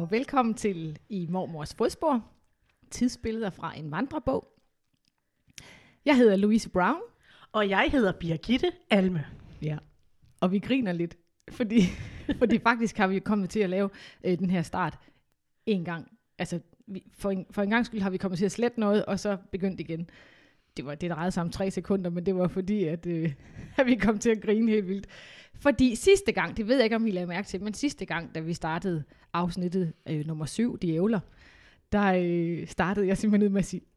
og velkommen til I Mormors Fodspor, tidsbilleder fra en vandrebog. Jeg hedder Louise Brown. Og jeg hedder Birgitte Alme. Ja, og vi griner lidt, fordi faktisk har vi kommet til at lave den her start en gang. Altså, for en gang skyld har vi kommet til at slette noget, og så begyndt igen. Det drejede sig om 3 sekunder, men det var fordi, at vi kom til at grine helt vildt. Fordi sidste gang, det ved jeg ikke, om I lagde mærke til, men sidste gang, da vi startede afsnittet nummer 7, De Ævler, der startede jeg simpelthen ud med at sige,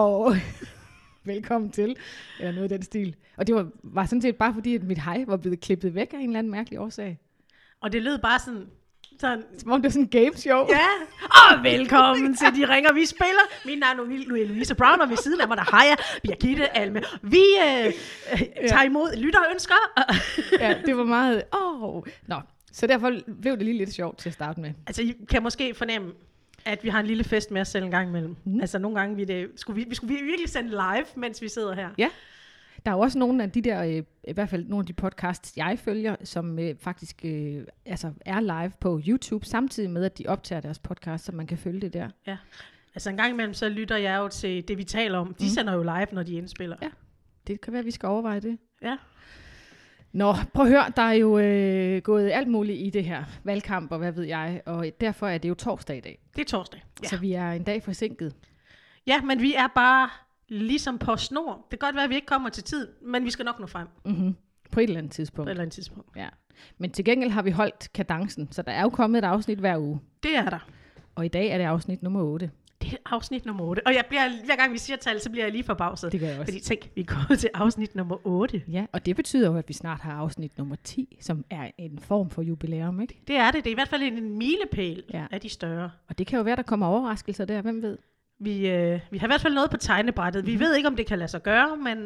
velkommen til, eller noget af den stil. Og det var sådan set bare fordi, at mit hej var blevet klippet væk af en eller anden mærkelig årsag. Og det lød bare sådan som om det var sådan en gameshow. Ja, og velkommen til De Ringer, vi spiller. Mit navn er Louise Brown, og ved siden af mig, der har jeg Birgitte Alme. Vi tager imod lytterønsker. Ja, det var meget, Nå, så derfor blev det lige lidt sjovt til at starte med. Altså, I kan måske fornemme, at vi har en lille fest med os selv en gang imellem. Altså, nogle gange skulle vi virkelig sende live, mens vi sidder her. Ja. Der er jo også nogle af de der, i hvert fald nogle af de podcasts, jeg følger, som faktisk er live på YouTube, samtidig med, at de optager deres podcast, så man kan følge det der. Ja, altså en gang imellem, så lytter jeg jo til det, vi taler om. De sender jo live, når de indspiller. Ja, det kan være, at vi skal overveje det. Ja. Nå, prøv at høre, der er jo gået alt muligt i det her valgkamp, og hvad ved jeg, og derfor er det jo torsdag i dag. Det er torsdag, ja. Så vi er en dag forsinket. Ja, men vi er bare ligesom på snor. Det kan godt være, at vi ikke kommer til tid, men vi skal nok nå frem. Mm-hmm. På et eller andet tidspunkt. Ja. Men til gengæld har vi holdt kadencen, så der er jo kommet et afsnit hver uge. Det er der. Og i dag er det afsnit nummer 8. Det er afsnit nummer 8. Og hver gang vi siger tal, så bliver jeg lige forbavset. Det gør jeg også. Fordi tænk, vi er kommet til afsnit nummer 8. Ja, og det betyder jo, at vi snart har afsnit nummer 10, som er en form for jubilæum, ikke? Det er det. Det er i hvert fald en milepæl af de større. Og det kan jo være, der kommer overraskelser der. Hvem ved? Vi har i hvert fald noget på tegnebrættet. Vi ved ikke, om det kan lade sig gøre, men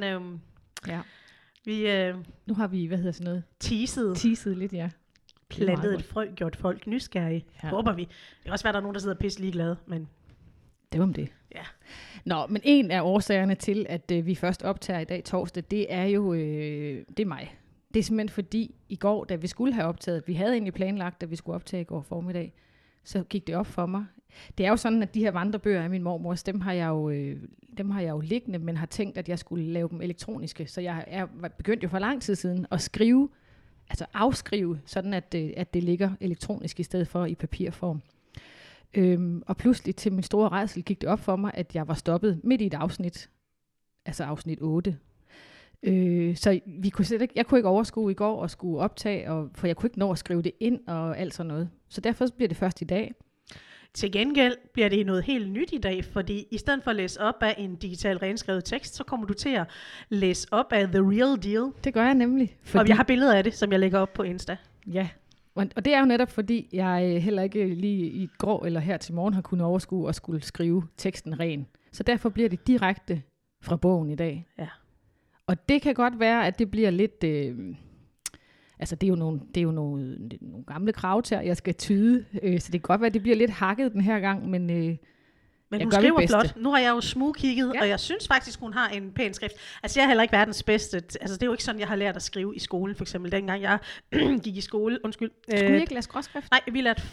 nu har vi, teaset lidt, ja. Plantet et frø, gjort folk nysgerrige. Ja. Håber vi. Det kan også være, der er nogen, der sidder pisse ligeglade, men det var om det. Ja. Nå, men en af årsagerne til, at vi først optager i dag torsdag, det er jo, det er mig. Det er simpelthen fordi, i går, da vi skulle have optaget, vi havde egentlig planlagt, at vi skulle optage i går formiddag, så gik det op for mig. Det er jo sådan, at de her vandrebøger af min mormors, dem har jeg jo liggende, men har tænkt, at jeg skulle lave dem elektroniske. Så jeg er begyndt jo for lang tid siden at skrive, altså afskrive, sådan at det ligger elektronisk i stedet for i papirform. Og pludselig til min store rædsel gik det op for mig, at jeg var stoppet midt i et afsnit, altså afsnit 8. Så jeg kunne ikke overskue i går og skulle optage, for jeg kunne ikke nå at skrive det ind og alt sådan noget. Så derfor bliver det først i dag. Til gengæld bliver det noget helt nyt i dag, fordi i stedet for at læse op af en digital renskrevet tekst, så kommer du til at læse op af The Real Deal. Det gør jeg nemlig. Og jeg har billeder af det, som jeg lægger op på Insta. Ja, og det er jo netop fordi, jeg heller ikke lige i går eller her til morgen har kunnet overskue og skulle skrive teksten ren. Så derfor bliver det direkte fra bogen i dag. Ja. Og det kan godt være, at det bliver lidt... Altså, det er jo nogle gamle kravtær, jeg skal tyde, så det kan godt være, at det bliver lidt hakket den her gang, men hun skriver flot. Nu har jeg jo smugkigget, og jeg synes faktisk, hun har en pæn skrift. Altså, jeg er heller ikke verdens bedste. Altså, det er jo ikke sådan, jeg har lært at skrive i skolen, for eksempel. Dengang jeg gik i skole, Skulle I ikke lære skråskrift? Nej,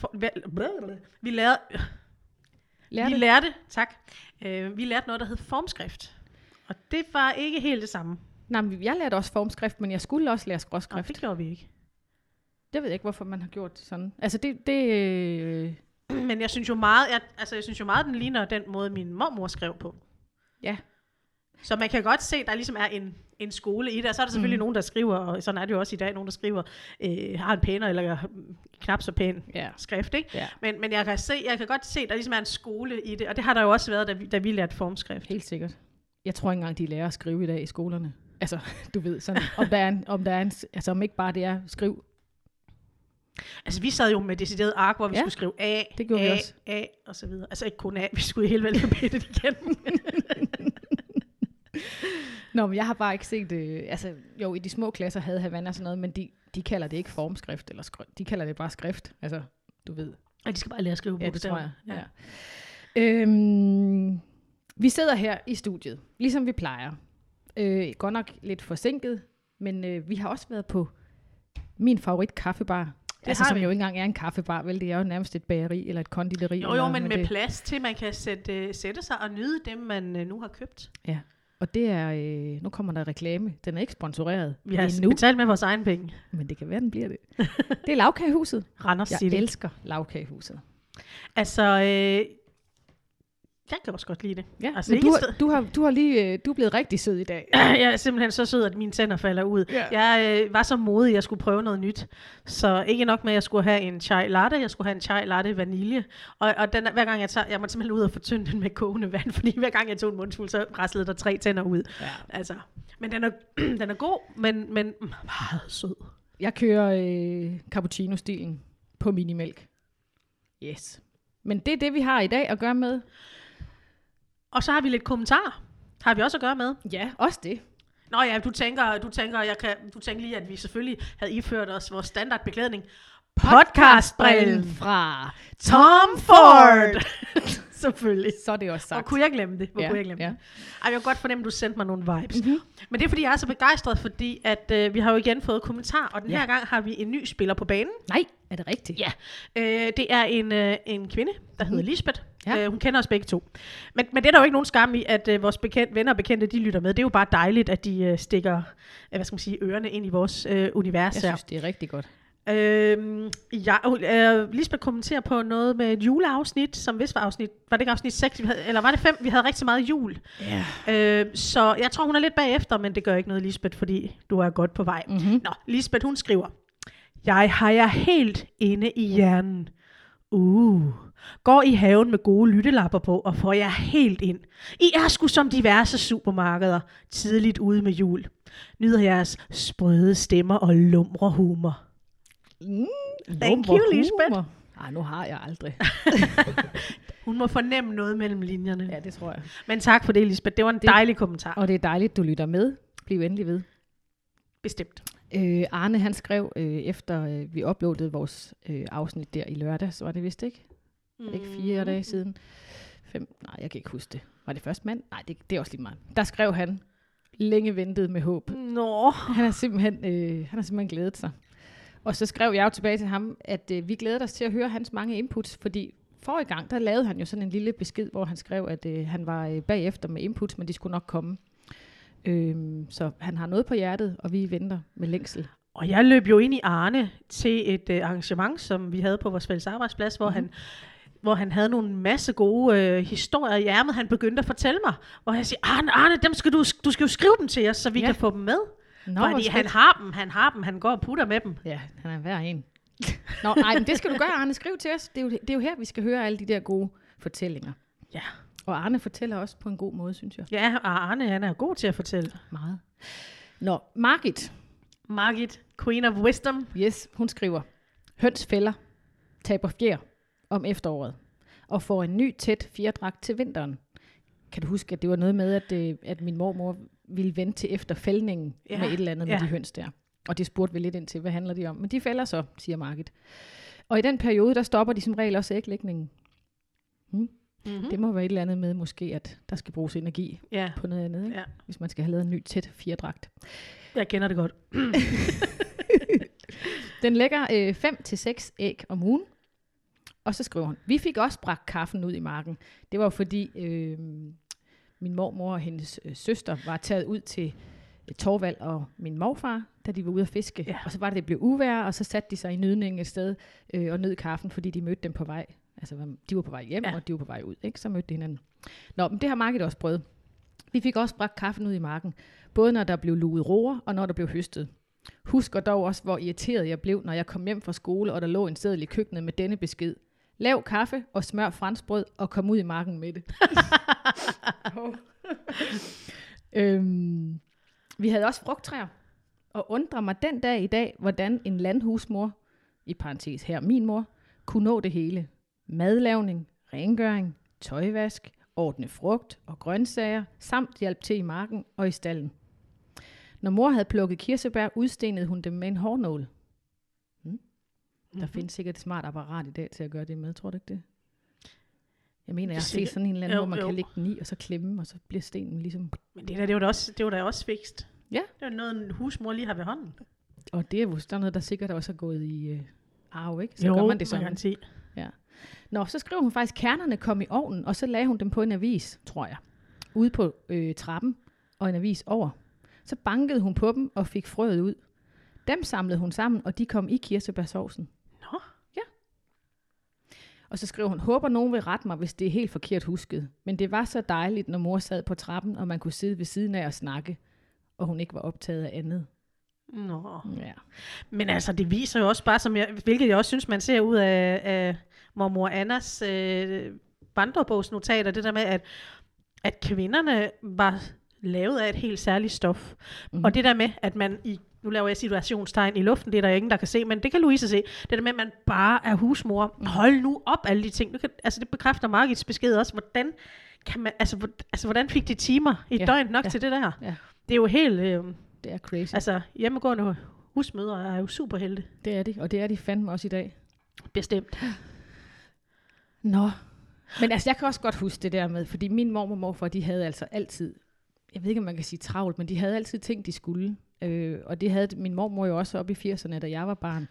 vi lærte noget, der hed formskrift. Og det var ikke helt det samme. Nej, men jeg lærte også formskrift, men jeg skulle også lære skråskrift. Nej, det gjorde vi ikke. Det ved jeg ikke, hvorfor man har gjort sådan. Altså Men jeg synes jo meget, den ligner den måde, min mormor skrev på. Ja. Så man kan godt se, der ligesom er en skole i det, og så er der selvfølgelig nogen, der skriver, og sådan er det jo også i dag, nogen, der skriver, har en pænere eller knap så pæn skrift, ikke? Ja. Men jeg kan godt se, der ligesom er en skole i det, og det har der jo også været, da vi lærte formskrift. Helt sikkert. Jeg tror ikke engang, de lærer at skrive i dag i skolerne. Altså, du ved, sådan, om ikke bare det er skriv. Altså, vi sad jo med decideret ark, hvor vi skulle skrive A, det gjorde vi også. A, og så videre. Altså, ikke kun A, vi skulle hele alfabetet igen. Nå, men jeg har bare ikke set, jo, i de små klasser havde Havana og sådan noget, men de kalder det ikke formskrift, eller de kalder det bare skrift, altså, du ved. Og de skal bare lære at skrive bogstaver. Ja, det tror jeg. Ja. Vi sidder her i studiet, ligesom vi plejer. Godt nok lidt forsinket, men vi har også været på min favorit kaffebar. Altså, som jo ikke engang er en kaffebar, vel? Det er jo nærmest et bageri eller et konditori. Jo, men med plads til, man kan sætte sig og nyde dem, man nu har købt. Ja, og det er, nu kommer der reklame. Den er ikke sponsoreret. Vi har betalt med vores egen penge. Men det kan være, den bliver det. Det er Lagkagehuset. Randers City. Jeg elsker Lagkagehuset. Altså, jeg kan også godt lide det. Ja, altså, du er blevet rigtig sød i dag. Jeg er simpelthen så sød, at mine tænder falder ud. Ja. Jeg var så modig, at jeg skulle prøve noget nyt. Så ikke nok med, at jeg skulle have en chai latte. Jeg skulle have en chai latte vanilje. Og den, hver gang jeg måtte simpelthen ud og fortynde den med kogende vand, fordi hver gang jeg tog en mundfuld, så raslede der 3 tænder ud. Ja. Altså, men den er god, men meget sød. Jeg kører cappuccino-stilen på minimælk. Yes. Men det er det, vi har i dag at gøre med. Og så har vi lidt kommentarer. Har vi også at gøre med? Ja, også det. Nå ja, du tænker lige, at vi selvfølgelig havde iført os vores standardbeklædning. Podcastbrillen fra Tom Ford. Selvfølgelig. Så er det også sagt. Og kunne jeg glemme det? Ej, jeg kan godt fornemme, at du sendte mig nogle vibes. Mm-hmm. Men det er, fordi jeg er så begejstret, fordi at vi har jo igen fået kommentarer, og den her gang har vi en ny spiller på banen. Nej, er det rigtigt? Ja. Det er en kvinde, der hedder Lisbeth. Ja. Hun kender os begge to. Men det er der jo ikke nogen skam i, at vores venner og bekendte, de lytter med. Det er jo bare dejligt, at de stikker ørerne ind i vores univers. Jeg synes, det er rigtig godt. Lisbeth kommenterer på noget med et juleafsnit, som vist var det ikke afsnit 6, eller var det 5? Vi havde rigtig meget jul. Yeah. Så jeg tror, hun er lidt bagefter, men det gør ikke noget, Lisbeth, fordi du er godt på vej. Mm-hmm. Nå, Lisbeth, hun skriver: Jeg har jer helt inde i hjernen. Går i haven med gode lyttelapper på, og får jer helt ind. I er sgu som diverse supermarkeder, tidligt ude med jul. Nyder jeres sprøde stemmer og lumre humor. Thank you, Lisbeth. Ej, nu har jeg aldrig. Hun må fornemme noget mellem linjerne. Ja, det tror jeg. Men tak for det, Lisbeth. Det var en dejlig kommentar. Og det er dejligt, du lytter med. Bliv endelig ved. Bestemt. Arne, han skrev, efter vi uploadede vores afsnit der i lørdag, så var det vist ikke? Var det ikke 4 dage siden? 5? Nej, jeg kan ikke huske det. Var det først mand? Nej, det er også lige meget. Der skrev han, længe ventet med håb. Nå. Han har simpelthen glædet sig. Og så skrev jeg jo tilbage til ham, at vi glæder os til at høre hans mange inputs, fordi forrige gang, der lavede han jo sådan en lille besked, hvor han skrev, at han var bagefter med inputs, men de skulle nok komme. Så han har noget på hjertet, og vi venter med længsel. Og jeg løb jo ind i Arne til et arrangement, som vi havde på vores fælles arbejdsplads, hvor han havde nogle masse gode historier i ærmet. Han begyndte at fortælle mig, hvor han siger, Arne, dem skal du skal jo skrive dem til os, så vi kan få dem med. Fordi han har dem, han går og putter med dem. Ja, han er hver en. Nå, nej, men det skal du gøre, Arne. Skriv til os. Det er jo her, vi skal høre alle de der gode fortællinger. Ja. Og Arne fortæller også på en god måde, synes jeg. Ja, og Arne, han er god til at fortælle. Meget. Nå, Margit, Queen of Wisdom. Yes, hun skriver: Høns fælder, taber fjer om efteråret, og får en ny tæt fjerdragt til vinteren. Kan du huske, at det var noget med, at min mormor ville vente til efter fældningen med et eller andet med de høns der. Og det spurgte vi lidt ind til, hvad handler de om? Men de fælder så, siger Margit. Og i den periode, der stopper de som regel også æglægningen. Mm-hmm. Det må være et eller andet med måske, at der skal bruges energi på noget andet, ikke? Ja. Hvis man skal have lavet en ny tæt fjerdragt. Jeg kender det godt. Den lægger 5-6 æg om ugen. Og så skriver hun: Vi fik også bragt kaffen ud i marken. Det var jo fordi min mormor og hendes søster var taget ud til Torvald og min morfar, da de var ude at fiske. Ja. Og så var det blev uvejr, og så satte de sig i nydningen et sted og nød kaffen, fordi de mødte dem på vej. Altså, de var på vej hjem, og de var på vej ud, ikke? Så mødte de hinanden. Nå, men det har Margit også prøvet. Vi fik også bragt kaffen ud i marken, både når der blev luget roer, og når der blev høstet. Husker dog også, hvor irriteret jeg blev, når jeg kom hjem fra skole, og der lå en seddel i køkkenet med denne besked: Lav kaffe og smør franskbrød, og kom ud i marken med det. Vi havde også frugttræer, og undrer mig den dag i dag, hvordan en landhusmor, i parentes her min mor, kunne nå det hele. Madlavning, rengøring, tøjvask, ordne frugt og grøntsager, samt hjælp til i marken og i stallen. Når mor havde plukket kirsebær, udstenede hun dem med en hårnål. Der findes sikkert et smart apparat i dag til at gøre det med, tror du ikke det? Jeg mener, jeg har set sådan en eller anden, hvor man kan lægge den i, og så klemme, og så bliver stenen ligesom... Men det var da også fikst. Ja. Det var noget, en husmor lige har ved hånden. Og det er jo sådan noget, der sikkert også er gået i arve, ikke? Så gør man det sådan. Man kan sige. Ja. Nå, så skriver hun faktisk, kernerne kom i ovnen, og så lagde hun dem på en avis, tror jeg. Ude på trappen, og en avis over. Så bankede hun på dem, og fik frøet ud. Dem samlede hun sammen, og de kom i kirsebærsovsen. Nå. Ja. Og så skriver hun, håber nogen vil rette mig, hvis det er helt forkert husket. Men det var så dejligt, når mor sad på trappen, og man kunne sidde ved siden af og snakke, og hun ikke var optaget af andet. Nå. Ja. Men altså, det viser jo også bare, hvilket jeg også synes, man ser ud af mormor Annas vandrebogsnotater, det der med, at kvinderne var lavet af et helt særligt stof. Mm-hmm. Og det der med, at man nu laver jeg situationstegn i luften, det er der ingen, der kan se, men det kan Louise se. Det der med, at man bare er husmor. Hold nu op, alle de ting. Det bekræfter Margits besked også. Hvordan kan man, hvordan fik de timer i døgn nok til det der? Ja. Det er jo helt... det er crazy. Altså, hjemmegående husmødre er jo superhelte. Det er de, og det er de fandme også i dag. Bestemt. Nå. Men altså, jeg kan også godt huske det der med, fordi min mormor og morfar, de havde altså altid, jeg ved ikke, om man kan sige travlt, men de havde altid ting, de skulle. Og det havde min mormor jo også op i 80'erne, da jeg var barn.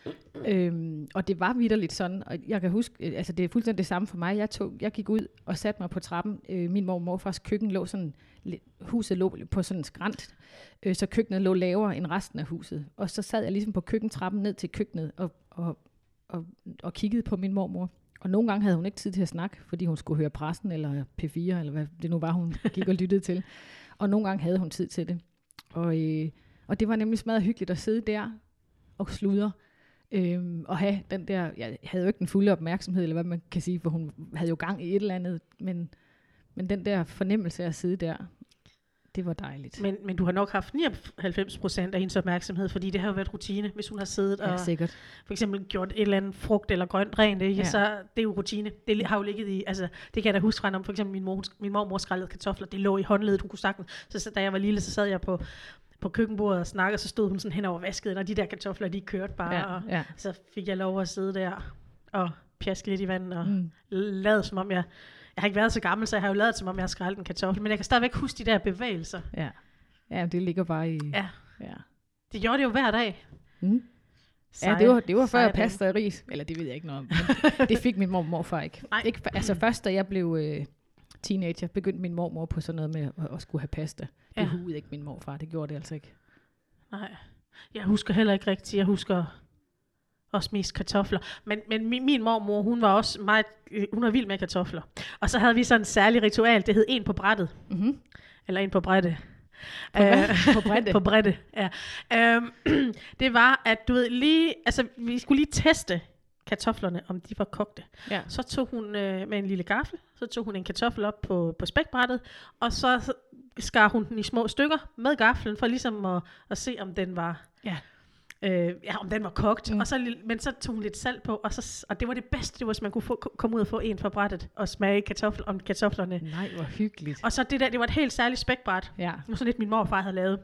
Og det var vitterligt sådan, og jeg kan huske, altså det er fuldstændig det samme for mig. Jeg gik ud og satte mig på trappen. Min mor og morfars køkken lå sådan, huset lå på sådan en skrant, så køkkenet lå lavere end resten af huset. Og så sad jeg ligesom på køkkentrappen ned til køkkenet og kiggede på min mormor. Og nogle gange havde hun ikke tid til at snakke, fordi hun skulle høre pressen eller P4, eller hvad det nu var, hun gik og lyttede til. Og nogle gange havde hun tid til det. Og det var nemlig smadret hyggeligt at sidde der og sludre. Og have den der, jeg havde jo ikke den fulde opmærksomhed, eller hvad man kan sige, for hun havde jo gang i et eller andet, men den der fornemmelse af at sidde der, det var dejligt. Men du har nok haft 99% af hendes opmærksomhed, fordi det har jo været rutine, hvis hun har siddet og sikkert. For eksempel gjort et eller andet frugt eller grønt rent, ikke? Så det er jo rutine. Det har jo ligget i, altså det kan jeg da huske fra, når for eksempel min mormor skrællede kartofler, det lå i håndledet, hun kunne sagtens. Så da jeg var lille, så sad jeg på køkkenbordet og snakkede, og så stod hun sådan hen over vasket, og de der kartofler, de kørte bare, og så fik jeg lov at sidde der og pjaske lidt i vandet, og lade som om jeg har ikke været så gammel, så jeg har jo lavet som om jeg har skrællet en kartoffel, men jeg kan stadigvæk huske de der bevægelser. Ja, det ligger bare i... Ja. Det gjorde det jo hver dag. Ja, det var før pasta og ris, eller det ved jeg ikke noget om, men det fik min mormor og morfar ikke. Altså først, da jeg blev teenager, begyndte min mormor på sådan noget med at skulle have pasta. Det hugede ikke min morfar, det gjorde det altså ikke. Nej, jeg husker heller ikke rigtigt, jeg husker også mest kartofler. Men min mormor, hun var også meget, hun var vild med kartofler. Og så havde vi sådan en særlig ritual, det hed en på brættet. Mm-hmm. Eller en på brættet. På brættet? På brættet, ja. Det var, at du ved lige, altså vi skulle lige teste kartoflerne, om de var kogte. Ja. Så tog hun med en lille gaffel, så tog hun en kartoffel op på spækbrættet, og så skar hun den i små stykker med gaflen, for ligesom at se, om den var... om den var kogt, og men så tog hun lidt salt på, og det var det bedste, det var, hvis man kunne komme ud og få en fra brættet, og smage kartoflerne. Nej, hvor hyggeligt. Og så det var et helt særligt spækbræt. Ja. Det var sådan lidt, min mor og far havde lavet.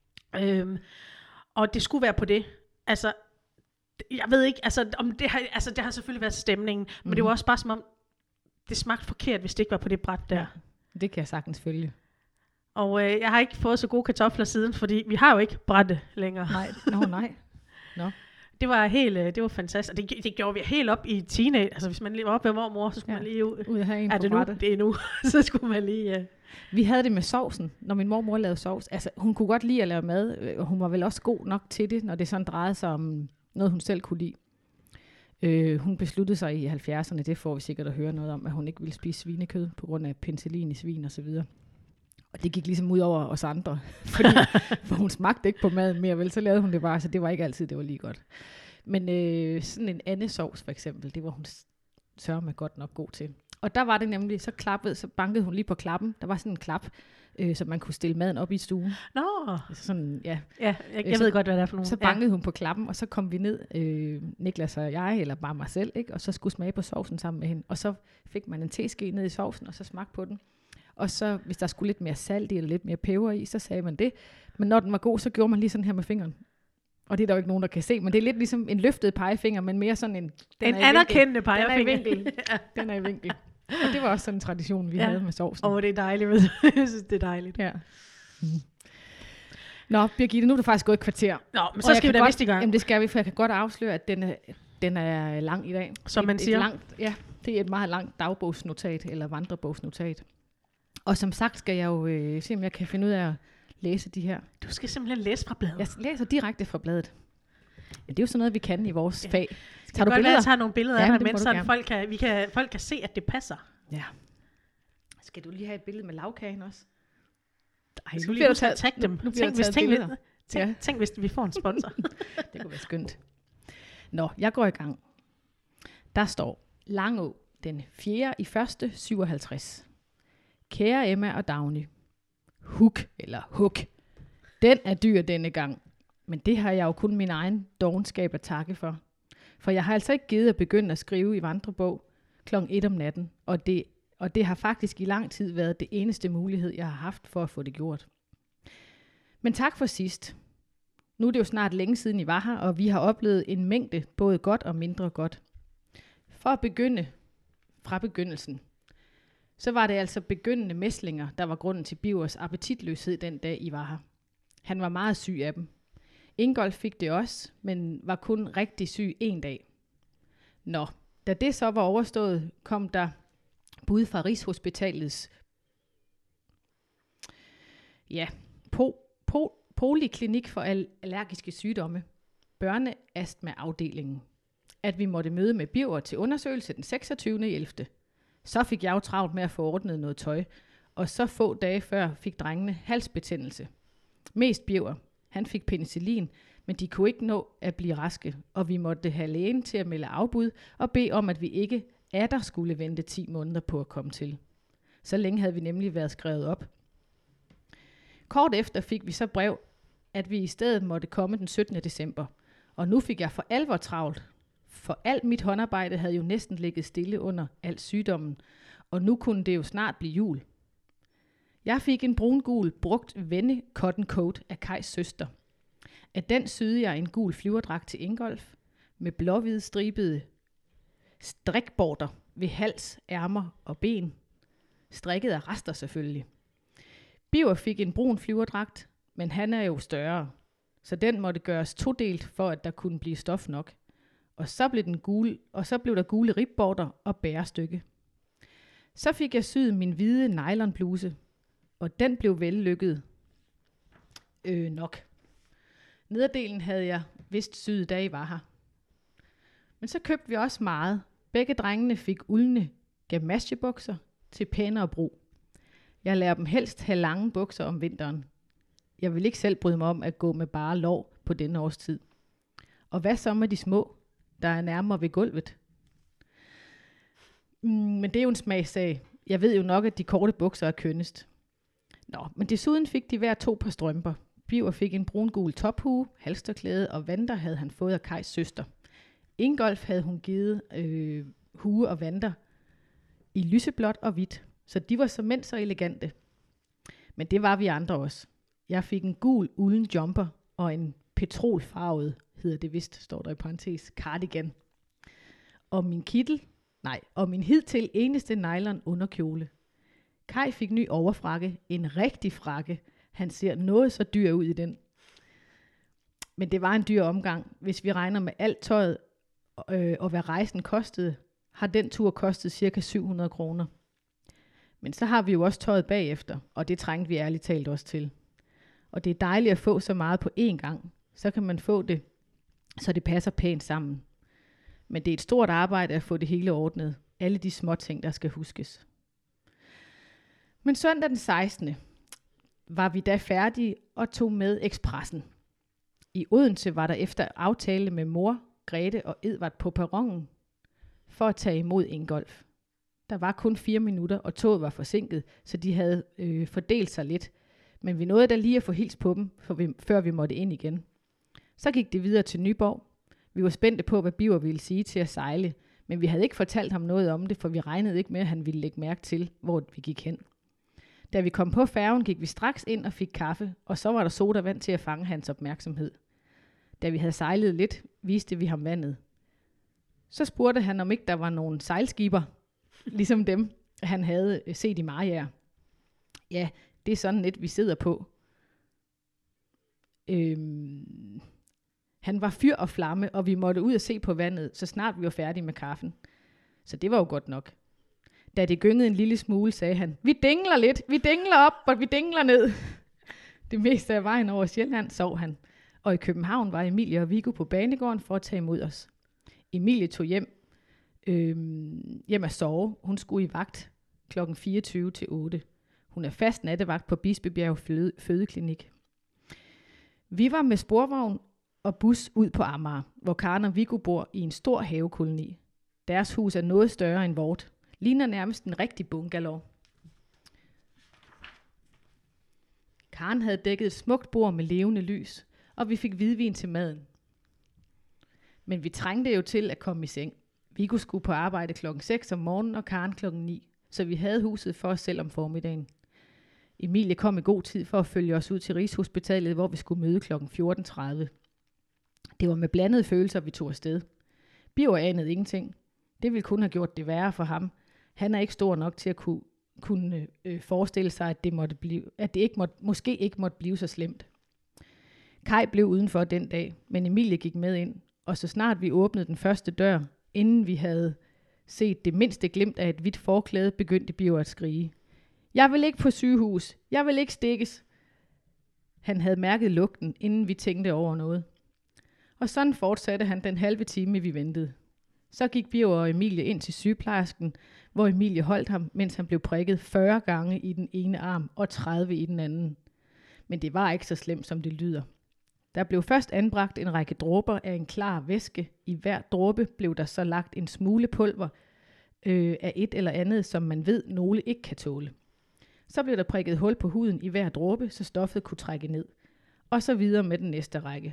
Og det skulle være på det. Altså, jeg ved ikke, om det har selvfølgelig været stemningen, men det var også bare som om, det smagte forkert, hvis det ikke var på det bræt der. Ja, det kan jeg sagtens følge. Og jeg har ikke fået så gode kartofler siden, fordi vi har jo ikke brætte længere. Nej. Nå. Det var fantastisk. Det gjorde vi helt op i teenage. Altså hvis man lige var oppe ved mormor, så skulle man lige ud. Ud have en på brætte. Det er nu. Så skulle man lige... Vi havde det med sovsen, når min mormor lavede sovs. Altså hun kunne godt lide at lave mad, og hun var vel også god nok til det, når det sådan drejede sig om noget, hun selv kunne lide. Hun besluttede sig i 70'erne, det får vi sikkert at høre noget om, at hun ikke ville spise svinekød på grund af penicillin i svin og så videre. Og det gik ligesom ud over os andre, for hun smagte ikke på maden mere, vel, så lavede hun det bare, så det var ikke altid, det var lige godt. Men sådan en andesovs for eksempel, det var hun sørme godt nok god til. Og der var det nemlig, så bankede hun lige på klappen, der var sådan en klap, så man kunne stille maden op i stuen. Nå! Sådan, jeg ved godt, hvad det er for nogen. Så bankede hun på klappen, og så kom vi ned, Niklas og jeg, eller bare mig selv, ikke? Og så skulle smage på sovsen sammen med hende. Og så fik man en teske ned i sovsen, og så smagte på den. Og så, hvis der skulle lidt mere salt i, eller lidt mere peber i, så sagde man det. Men når den var god, så gjorde man lige sådan her med fingeren. Og det er der jo ikke nogen, der kan se, men det er lidt ligesom en løftet pegefinger, men mere sådan en anerkendende pegefinger. Den er i vinkel. Og det var også sådan en tradition, vi havde med sovsen. Det er dejligt. Jeg synes, det er dejligt. Ja. Nå, Birgitte, nu er du faktisk gået et kvarter. Nå, men så skal vi da vist i gang. Jamen, det skal vi, for jeg kan godt afsløre, at Den er lang i dag. Som man siger. Ja, det er et meget langt dagbogsnotat, eller vandrebogsnotat. Og som sagt skal jeg jo se, om jeg kan finde ud af at læse de her. Du skal simpelthen læse fra bladet. Jeg læser direkte fra bladet. Ja, det er jo sådan noget, vi kan i vores fag. Tager du billeder? Jeg tager nogle billeder af dig, mens folk kan se, at det passer. Ja. Skal du lige have et billede med lavkagen også? Ej, nu bliver du taget dem. Tænk, hvis vi får en sponsor. Det kunne være skønt. Nå, jeg går i gang. Der står Langå, den 4. i 1. 57. Kære Emma og Dagny. Huk eller huk. Den er dyr denne gang. Men det har jeg jo kun min egen dovenskab at takke for. For jeg har altså ikke givet at begynde at skrive i vandrebog kl. 1 om natten. Og det har faktisk i lang tid været det eneste mulighed, jeg har haft for at få det gjort. Men tak for sidst. Nu er det jo snart længe siden I var her, og vi har oplevet en mængde, både godt og mindre godt. For at begynde fra begyndelsen, så var det altså begyndende mæslinger, der var grunden til Bivers appetitløshed den dag, I var her. Han var meget syg af dem. Ingolf fik det også, men var kun rigtig syg en dag. Nå, da det så var overstået, kom der bud fra Rigshospitalets poliklinik for allergiske sygdomme, børneastmaafdelingen, at vi måtte møde med Birger til undersøgelse den 26.11. Så fik jeg jo travlt med at få ordnet noget tøj, og så få dage før fik drengene halsbetændelse. Mest Birger. Han fik penicillin, men de kunne ikke nå at blive raske, og vi måtte have lægen til at melde afbud og bede om, at vi ikke atter skulle vente 10 måneder på at komme til. Så længe havde vi nemlig været skrevet op. Kort efter fik vi så brev, at vi i stedet måtte komme den 17. december. Og nu fik jeg for alvor travlt. For alt mit håndarbejde havde jo næsten ligget stille under al sygdommen, og nu kunne det jo snart blive jul. Jeg fik en brungul brugt vende cotton coat af Kajs søster. Af den syede jeg en gul flyverdragt til Ingolf, med blåhvide stribede strikborder ved hals, ærmer og ben. Strikket af rester selvfølgelig. Biver fik en brun flyverdragt, men han er jo større, så den måtte gøres todelt, for at der kunne blive stof nok. Og så blev der gule ribborder og bærestykke. Så fik jeg syet min hvide nylonbluse, og den blev vellykket nok. Nederdelen havde jeg vist syet, da I var her. Men så købte vi også meget. Begge drengene fik uldne gamasjebukser til pænere brug. Jeg lader dem helst have lange bukser om vinteren. Jeg vil ikke selv bryde mig om at gå med bare lår på denne årstid. Og hvad så med de små, der er nærmere ved gulvet? Men det er jo en smagssag. Jeg ved jo nok, at de korte bukser er kønnest. Nå, men desuden fik de hver 2 par strømper. Biver fik en brungul tophue, halsterklæde og vanter havde han fået af Kajs søster. Ingolf havde hun givet hue og vanter i lyseblåt og hvidt, så de var såmænd så elegante. Men det var vi andre også. Jeg fik en gul ulden jumper og en petrolfarvet, hedder det vist, står der i parentes, cardigan. Og min hidtil eneste nylon underkjole. Kaj fik ny overfrakke, en rigtig frakke. Han ser noget så dyr ud i den. Men det var en dyr omgang. Hvis vi regner med alt tøjet og hvad rejsen kostede, har den tur kostet ca. 700 kroner. Men så har vi jo også tøjet bagefter, og det trængte vi ærligt talt også til. Og det er dejligt at få så meget på én gang. Så kan man få det, så det passer pænt sammen. Men det er et stort arbejde at få det hele ordnet. Alle de små ting, der skal huskes. Men søndag den 16. var vi da færdige og tog med Expressen. I Odense var der efter aftale med mor, Grete og Edvard på perronen for at tage imod Ingolf. Der var kun 4 minutter, og toget var forsinket, så de havde fordelt sig lidt. Men vi nåede da lige at få hils på dem, før vi måtte ind igen. Så gik det videre til Nyborg. Vi var spændte på, hvad Biver ville sige til at sejle, men vi havde ikke fortalt ham noget om det, for vi regnede ikke med, at han ville lægge mærke til, hvor vi gik hen. Da vi kom på færgen, gik vi straks ind og fik kaffe, og så var der sodavand til at fange hans opmærksomhed. Da vi havde sejlet lidt, viste vi ham vandet. Så spurgte han, om ikke der var nogle sejlskiber, ligesom dem, han havde set i Mariager. Ja, det er sådan et, vi sidder på. Han var fyr og flamme, og vi måtte ud og se på vandet, så snart vi var færdige med kaffen. Så det var jo godt nok. Da det gyngede en lille smule, sagde han, vi dingler lidt, vi dingler op, og vi dingler ned. Det meste af vejen over Sjælland sov han, og i København var Emilie og Viggo på banegården for at tage imod os. Emilie tog hjem at sove. Hun skulle i vagt kl. 24 til 8. Hun er fast nattevagt på Bispebjerg Fødeklinik. Vi var med sporvogn og bus ud på Amager, hvor Karen og Viggo bor i en stor havekoloni. Deres hus er noget større end vort. Ligner nærmest en rigtig bungalow. Karen havde dækket et smukt bord med levende lys, og vi fik hvidvin til maden. Men vi trængte jo til at komme i seng. Viggo skulle på arbejde klokken 6 om morgenen og Karen klokken 9, så vi havde huset for os selv om formiddagen. Emilie kom i god tid for at følge os ud til Rigshospitalet, hvor vi skulle møde klokken 14.30. Det var med blandede følelser, vi tog afsted. Birger anede ingenting. Det ville kun have gjort det værre for ham. Han er ikke stor nok til at kunne forestille sig, at det måske ikke måtte blive så slemt. Kai blev udenfor den dag, men Emilie gik med ind, og så snart vi åbnede den første dør, inden vi havde set det mindste glimt af et hvidt forklæde, begyndte Birger at skrige. Jeg vil ikke på sygehus. Jeg vil ikke stikkes. Han havde mærket lugten, inden vi tænkte over noget. Og sådan fortsatte han den halve time, vi ventede. Så gik Birger og Emilie ind til sygeplejersken, hvor Emilie holdt ham, mens han blev prikket 40 gange i den ene arm og 30 i den anden. Men det var ikke så slemt, som det lyder. Der blev først anbragt en række dråber af en klar væske. I hver dråbe blev der så lagt en smule pulver af et eller andet, som man ved, nogle ikke kan tåle. Så blev der prikket hul på huden i hver dråbe, så stoffet kunne trække ned. Og så videre med den næste række.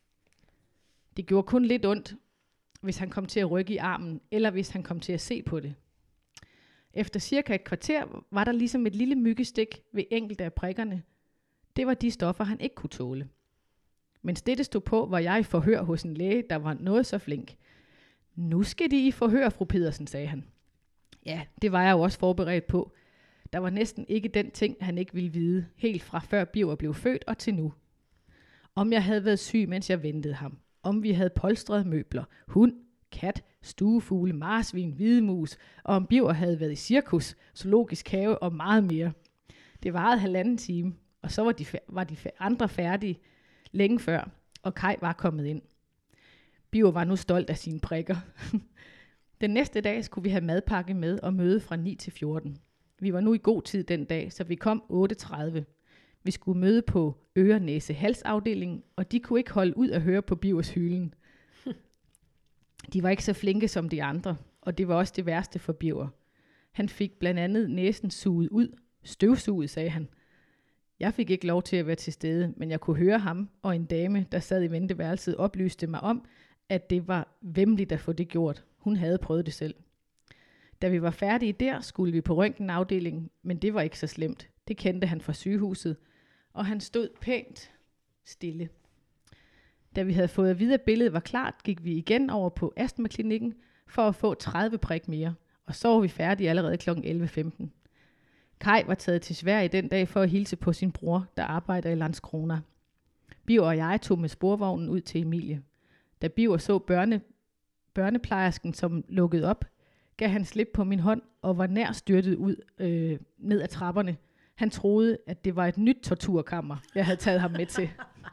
Det gjorde kun lidt ondt, hvis han kom til at rykke i armen, eller hvis han kom til at se på det. Efter cirka et kvarter var der ligesom et lille myggestik ved enkelte af prikkerne. Det var de stoffer, han ikke kunne tåle. Mens dette stod på, var jeg i forhør hos en læge, der var noget så flink. Nu skal de i forhør, fru Pedersen, sagde han. Ja, det var jeg jo også forberedt på. Der var næsten ikke den ting, han ikke ville vide, helt fra før Birger blev født og til nu. Om jeg havde været syg, mens jeg ventede ham. Om vi havde polstrede møbler, hund, kat, stuefugle, marsvin, hvidemus, og om Birger havde været i cirkus, zoologisk have og meget mere. Det varede 1,5 time, og så var de andre færdige længe før, og Kai var kommet ind. Birger var nu stolt af sine prikker. Den næste dag skulle vi have madpakke med og møde fra 9 til 14. Vi var nu i god tid den dag, så vi kom 8.30. Vi skulle møde på øre-næse-halsafdelingen, og de kunne ikke holde ud at høre på Birgers hylden. De var ikke så flinke som de andre, og det var også det værste for Birger. Han fik blandt andet næsen suget ud. Støvsuget, sagde han. Jeg fik ikke lov til at være til stede, men jeg kunne høre ham, og en dame, der sad i venteværelset, oplyste mig om, at det var væmmeligt at få det gjort. Hun havde prøvet det selv. Da vi var færdige der, skulle vi på røntgenafdelingen, men det var ikke så slemt. Det kendte han fra sygehuset, og han stod pænt stille. Da vi havde fået at vide, at billedet var klart, gik vi igen over på astmaklinikken for at få 30 prik mere, og så var vi færdige allerede kl. 11.15. Kai var taget til Sverige den dag for at hilse på sin bror, der arbejder i Landskrona. Birger og jeg tog med sporvognen ud til Emilie. Da Birger så børneplejersken, som lukkede op, gav han slip på min hånd og var nær styrtet ud ned ad trapperne. Han troede, at det var et nyt torturkammer, jeg havde taget ham med til.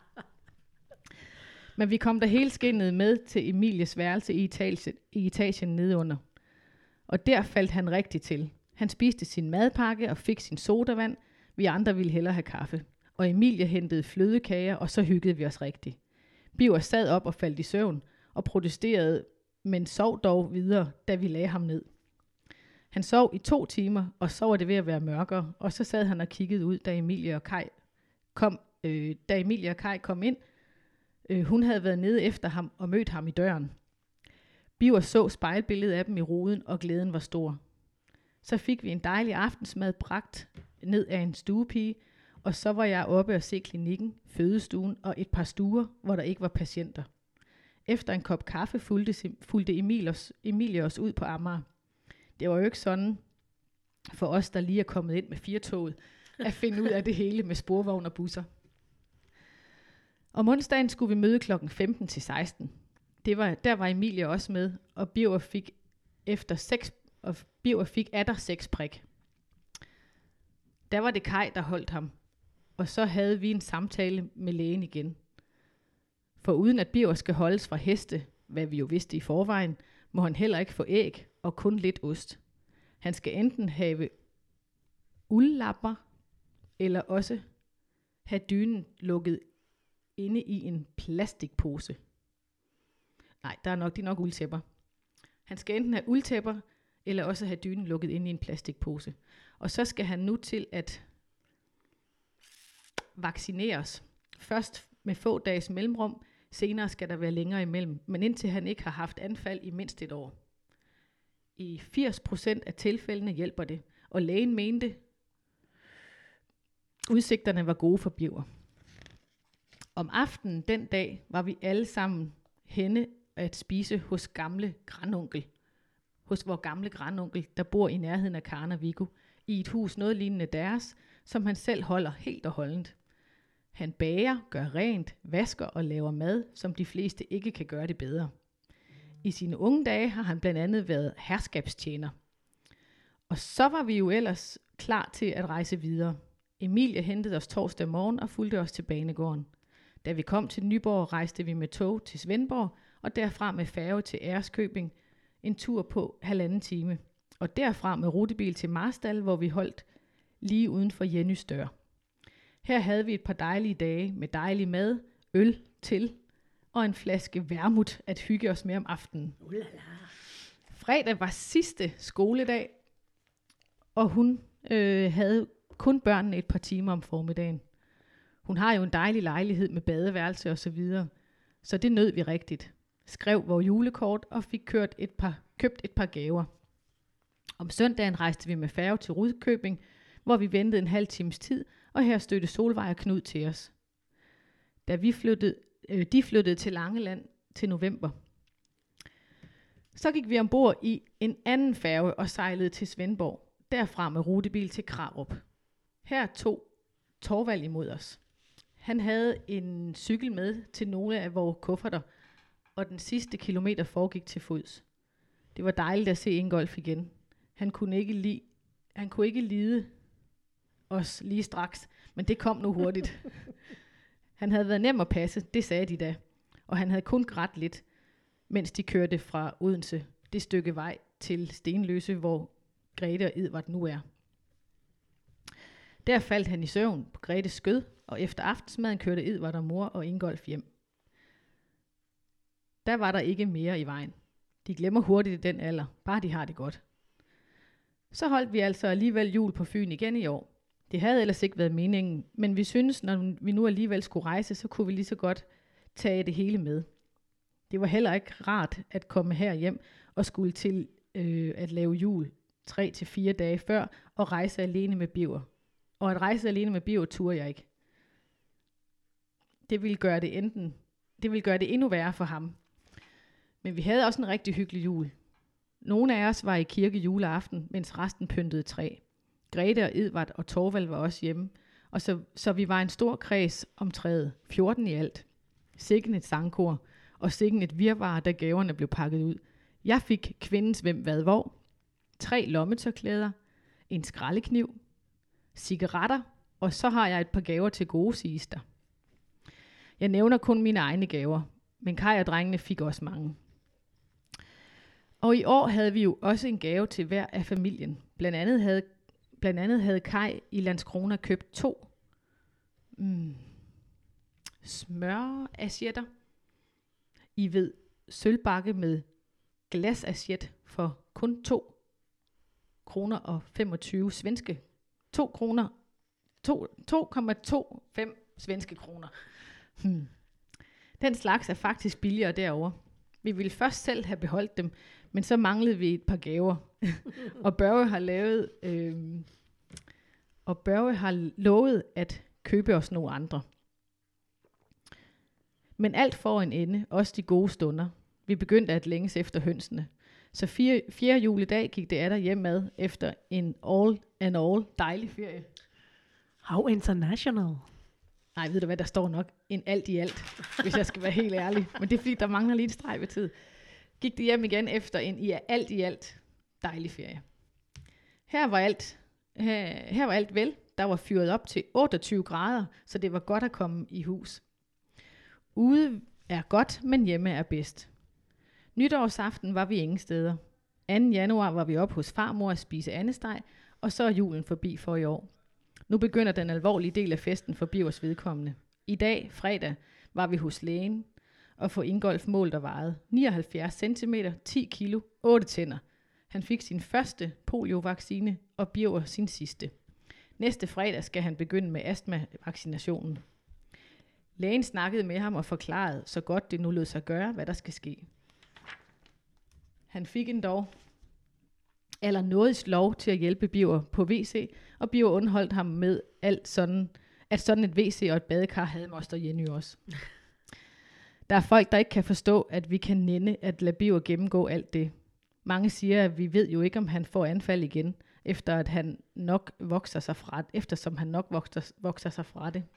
Men vi kom der hele skinnet med til Emilies værelse i etagen nedenunder. Og der faldt han rigtig til. Han spiste sin madpakke og fik sin sodavand. Vi andre ville hellere have kaffe. Og Emilie hentede flødekager, og så hyggede vi os rigtigt. Birger sad op og faldt i søvn og protesterede, men sov dog videre, da vi lagde ham ned. Han sov i 2 timer, og så var det ved at være mørkere, og så sad han og kiggede ud, da Emilie og Kai kom ind. Hun havde været nede efter ham og mødt ham i døren. Birger så spejlbilledet af dem i ruden, og glæden var stor. Så fik vi en dejlig aftensmad bragt ned af en stuepige, og så var jeg oppe og se klinikken, fødestuen og et par stuer, hvor der ikke var patienter. Efter en kop kaffe fulgte Emilie os ud på Amager. Det var jo ikke sådan for os, der lige er kommet ind med 4-toget, at finde ud af det hele med sporvogn og busser. Om onsdagen skulle vi møde klokken 15 til 16. Der var Emilie også med, og Birger fik atter 6 prik. Der var det Kai, der holdt ham, og så havde vi en samtale med lægen igen. For uden at Birger skal holdes fra heste, hvad vi jo vidste i forvejen, må han heller ikke få æg og kun lidt ost. Han skal enten have uldlapper, eller også have dynen lukket inde i en plastikpose. Nej, de er nok uldtæpper. Han skal enten have uldtæpper, eller også have dynen lukket inde i en plastikpose. Og så skal han nu til at vaccineres. Først med få dages mellemrum, senere skal der være længere imellem, men indtil han ikke har haft anfald i mindst et år. I 80% af tilfældene hjælper det, og lægen mente, udsigterne var gode for Birger. Om aftenen den dag var vi alle sammen henne at spise hos vor gamle grandonkel, der bor i nærheden af Karen og Viggo, i et hus noget lignende deres, som han selv holder helt og holdent. Han bager, gør rent, vasker og laver mad, som de fleste ikke kan gøre det bedre. I sine unge dage har han blandt andet været herskabstjener. Og så var vi jo ellers klar til at rejse videre. Emilie hentede os torsdag morgen og fulgte os til banegården. Da vi kom til Nyborg, rejste vi med tog til Svendborg, og derfra med færge til Æreskøbing, en tur på 1,5 time. Og derfra med rutebil til Marstal, hvor vi holdt lige uden for Jennys dør. Her havde vi et par dejlige dage med dejlig mad, øl til og en flaske vermut at hygge os med om aftenen. Fredag var sidste skoledag, og hun havde kun børnene et par timer om formiddagen. Hun har jo en dejlig lejlighed med badeværelse og så videre, så det nød vi rigtigt. Skrev vores julekort og fik købt et par gaver. Om søndagen rejste vi med færge til Rudkøbing, hvor vi ventede 1,5 times tid, og her stødte Solvej og Knud til os. Da de flyttede til Langeland til november. Så gik vi ombord i en anden færge og sejlede til Svendborg, derfra med rutebil til Krarup. Her tog Torvald imod os. Han havde en cykel med til nogle af vores kufferter, og den sidste kilometer foregik til fods. Det var dejligt at se Ingolf igen. Han kunne ikke lide os lige straks, men det kom nu hurtigt. Han havde været nem at passe, det sagde de da, og han havde kun grædt lidt, mens de kørte fra Odense, det stykke vej til Stenløse, hvor Grete og Edvard nu er. Der faldt han i søvn på Gretes skød, og efter aftensmaden kørte Edvard og mor og Ingolf hjem. Der var der ikke mere i vejen. De glemmer hurtigt i den alder, bare de har det godt. Så holdt vi altså alligevel jul på Fyn igen i år. Det havde ellers ikke været meningen, men vi synes, når vi nu alligevel skulle rejse, så kunne vi lige så godt tage det hele med. Det var heller ikke rart at komme her hjem og skulle til at lave jul 3 til 4 dage før og rejse alene med Birger. Og at rejse alene med Birger turde jeg ikke. Det ville gøre det endnu værre for ham. Men vi havde også en rigtig hyggelig jul. Nogle af os var i kirke juleaften, mens resten pyntede træ. Grete og Edvard og Torvald var også hjemme, og så vi var en stor kreds om træet, 14 i alt. Sikken et sangkor, og sikken et virvar, da gaverne blev pakket ud. Jeg fik kvindens hvem hvad hvor, 3 lommetørklæder, en skraldekniv, cigaretter, og så har jeg et par gaver til gode, siges der. Jeg nævner kun mine egne gaver, men Kai og drengene fik også mange. Og i år havde vi jo også en gave til hver af familien. Blandt andet havde Kai i Landskrona købt 2 smørassietter i ved sølvbakke med glasassiet for kun 2,25 svenske. 2,25 svenske kroner. Den slags er faktisk billigere derovre. Vi ville først selv have beholdt dem, men så manglede vi et par gaver. Og Børge har lovet at købe os nogle andre. Men alt får en ende, også de gode stunder. Vi begyndte at længes efter hønsene. Så 4. juledag gik det atter hjemad efter en all dejlig ferie. How international. Nej, ved du hvad, der står nok en alt i alt, hvis jeg skal være helt ærlig. Men det er fordi, der mangler lige et streg ved tid. Gik det hjem igen efter en alt i alt dejlig ferie. Her var alt vel. Der var fyret op til 28 grader, så det var godt at komme i hus. Ude er godt, men hjemme er bedst. Nytårsaften var vi ingen steder. 2. januar var vi op hos farmor at spise andesteg, og så er julen forbi for i år. Nu begynder den alvorlige del af festen for Bivers vedkommende. I dag, fredag, var vi hos lægen og få Ingolf målt og vejet. 79 cm, 10 kilo, 8 tænder. Han fik sin første poliovaccine og Biver sin sidste. Næste fredag skal han begynde med astmavaccinationen. Lægen snakkede med ham og forklarede, så godt det nu lød sig gøre, hvad der skal ske. Han fik endog nådigt lov til at hjælpe Biver på WC, og Biver underholdt ham med alt sådan, at sådan et WC og et badekar havde moster Jenny også. Der er folk, der ikke kan forstå, at vi kan nænde at lade Biver gennemgå alt det. Mange siger, at vi ved jo ikke, om han får anfald igen, eftersom han nok vokser sig fra det.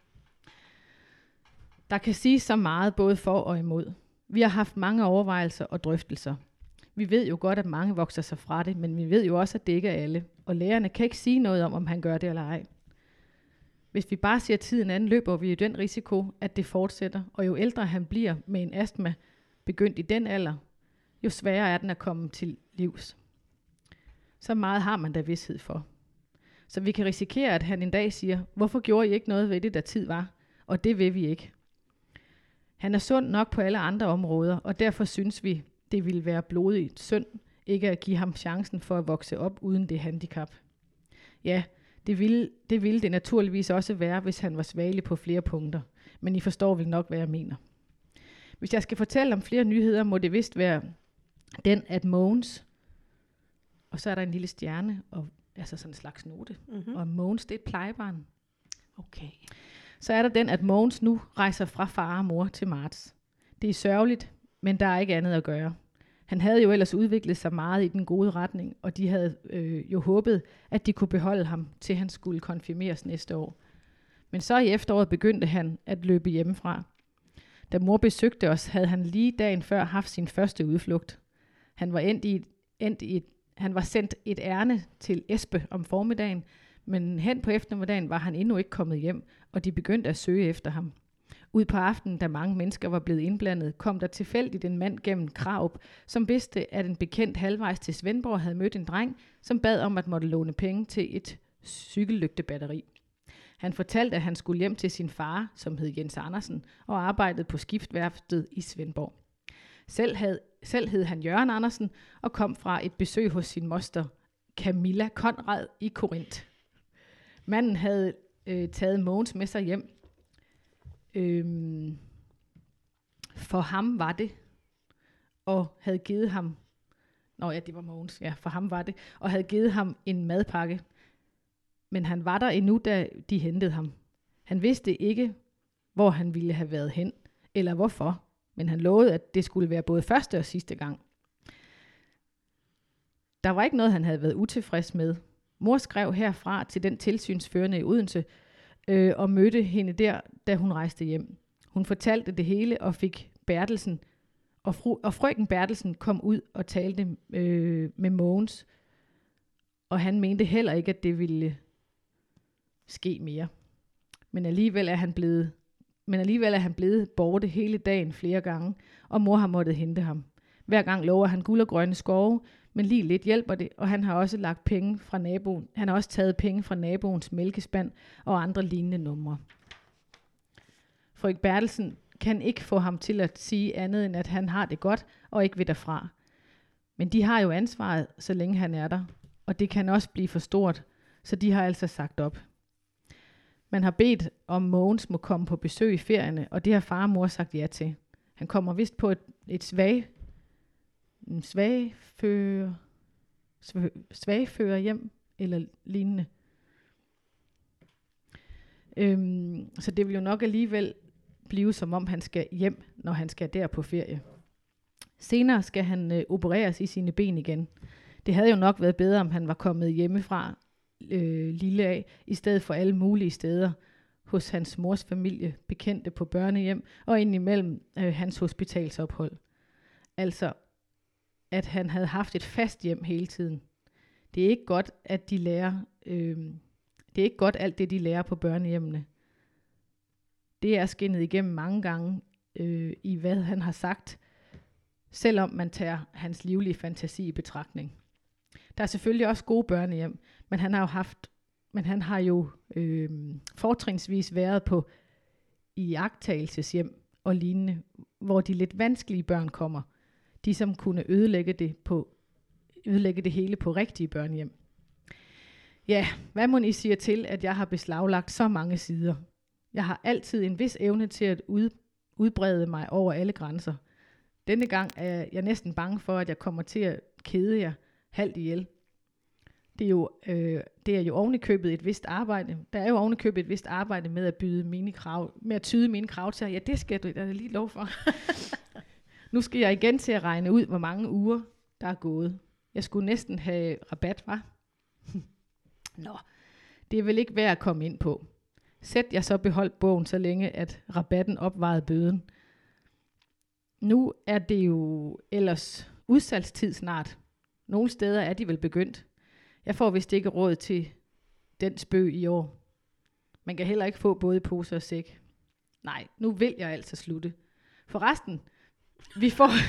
Der kan siges så meget både for og imod. Vi har haft mange overvejelser og drøftelser. Vi ved jo godt, at mange vokser sig fra det, men vi ved jo også, at det ikke er alle. Og lægerne kan ikke sige noget om han gør det eller ej. Hvis vi bare ser tiden an, løber vi jo den risiko, at det fortsætter. Og jo ældre han bliver med en astma begyndt i den alder, jo sværere er den at komme til livs. Så meget har man da vished for. Så vi kan risikere, at han en dag siger, hvorfor gjorde I ikke noget ved det, da tid var? Og det vil vi ikke. Han er sund nok på alle andre områder, og derfor synes vi, det ville være blodigt synd, ikke at give ham chancen for at vokse op uden det handicap. Ja, det ville det naturligvis også være, hvis han var svagelig på flere punkter. Men I forstår vel nok, hvad jeg mener. Hvis jeg skal fortælle om flere nyheder, må det vist være den, at Mogens, og så er der en lille stjerne, og altså sådan en slags note, og Mogens, det er et plejebarn. Okay. Så er der den, at Mogens nu rejser fra far og mor til marts. Det er sørgeligt, men der er ikke andet at gøre. Han havde jo ellers udviklet sig meget i den gode retning, og de havde jo håbet, at de kunne beholde ham, til han skulle konfirmeres næste år. Men så i efteråret begyndte han at løbe hjemmefra. Da mor besøgte os, havde han lige dagen før haft sin første udflugt. Han var sendt et ærne til Espe om formiddagen, men hen på eftermiddagen var han endnu ikke kommet hjem, og de begyndte at søge efter ham. Ud på aftenen, da mange mennesker var blevet indblandet, kom der tilfældigt en mand gennem Krarup, som vidste, at en bekendt halvvejs til Svendborg havde mødt en dreng, som bad om at måtte låne penge til et cykellygtebatteri. Han fortalte, at han skulle hjem til sin far, som hed Jens Andersen, og arbejdede på skibsværftet i Svendborg. Selv hed han Jørgen Andersen og kom fra et besøg hos sin moster Camilla Konrad i Korinth. Manden havde taget Mogens med sig hjem. For ham var det, og havde givet ham, det var Mogens, ja, for ham var det, og havde givet ham en madpakke. Men han var der endnu, da de hentede ham. Han vidste ikke, hvor han ville have været hen, eller hvorfor, men han lovede, at det skulle være både første og sidste gang. Der var ikke noget, han havde været utilfreds med. Mor skrev herfra til den tilsynsførende i Odense, og mødte hende der, da hun rejste hjem. Hun fortalte det hele og fik Bertelsen, og frøken Bertelsen kom ud og talte med Mogens, og han mente heller ikke, at det ville ske mere. Men alligevel er han blevet borte hele dagen flere gange, og mor har måttet hente ham. Hver gang lover han guld og grønne skove, men lige lidt hjælper det, og han har også lagt penge fra naboen. Han har også taget penge fra naboens mælkespand og andre lignende numre. Frøken Bertelsen kan ikke få ham til at sige andet, end at han har det godt og ikke vil derfra. Men de har jo ansvaret, så længe han er der, og det kan også blive for stort, så de har altså sagt op. Man har bedt om Mogens må komme på besøg i ferierne, og det har far og mor sagt ja til. Han kommer vist på et svagfører hjem, eller lignende. Så det vil jo nok alligevel blive, som om han skal hjem, når han skal der på ferie. Senere skal han opereres i sine ben igen. Det havde jo nok været bedre, om han var kommet hjemmefra lille af, i stedet for alle mulige steder, hos hans mors familie, bekendte på børnehjem, og indimellem hans hospitalsophold. Altså, at han havde haft et fast hjem hele tiden. Det er ikke godt, at de lærer, det er ikke godt alt det, de lærer på børnehjemmene. Det er skinnet igennem mange gange i, hvad han har sagt, selvom man tager hans livlige fantasi i betragtning. Der er selvfølgelig også gode børnehjem, men han har jo fortrinsvis været på iagttagelseshjem og lignende, hvor de lidt vanskelige børn kommer. De som kunne ødelægge det hele på rigtige børnehjem. Ja, hvad må I sige til, at jeg har beslaglagt så mange sider? Jeg har altid en vis evne til at udbrede mig over alle grænser. Denne gang er jeg næsten bange for, at jeg kommer til at kede jer halvt ihjel. Det er jo ovenikøbet et vist arbejde. Der er jo ovenikøbet et vist arbejde med at tyde mine krav til. Ja, det skal du da lige lov for. Nu skal jeg igen til at regne ud, hvor mange uger der er gået. Jeg skulle næsten have rabat, hva'? Nå, det er vel ikke værd at komme ind på. Sæt jeg så beholdt bogen, så længe at rabatten opvejede bøden. Nu er det jo ellers udsalgstid snart. Nogle steder er de vel begyndt. Jeg får vist ikke råd til den spøg i år. Man kan heller ikke få både pose og sæk. Nej, nu vil jeg altså slutte. Forresten, vi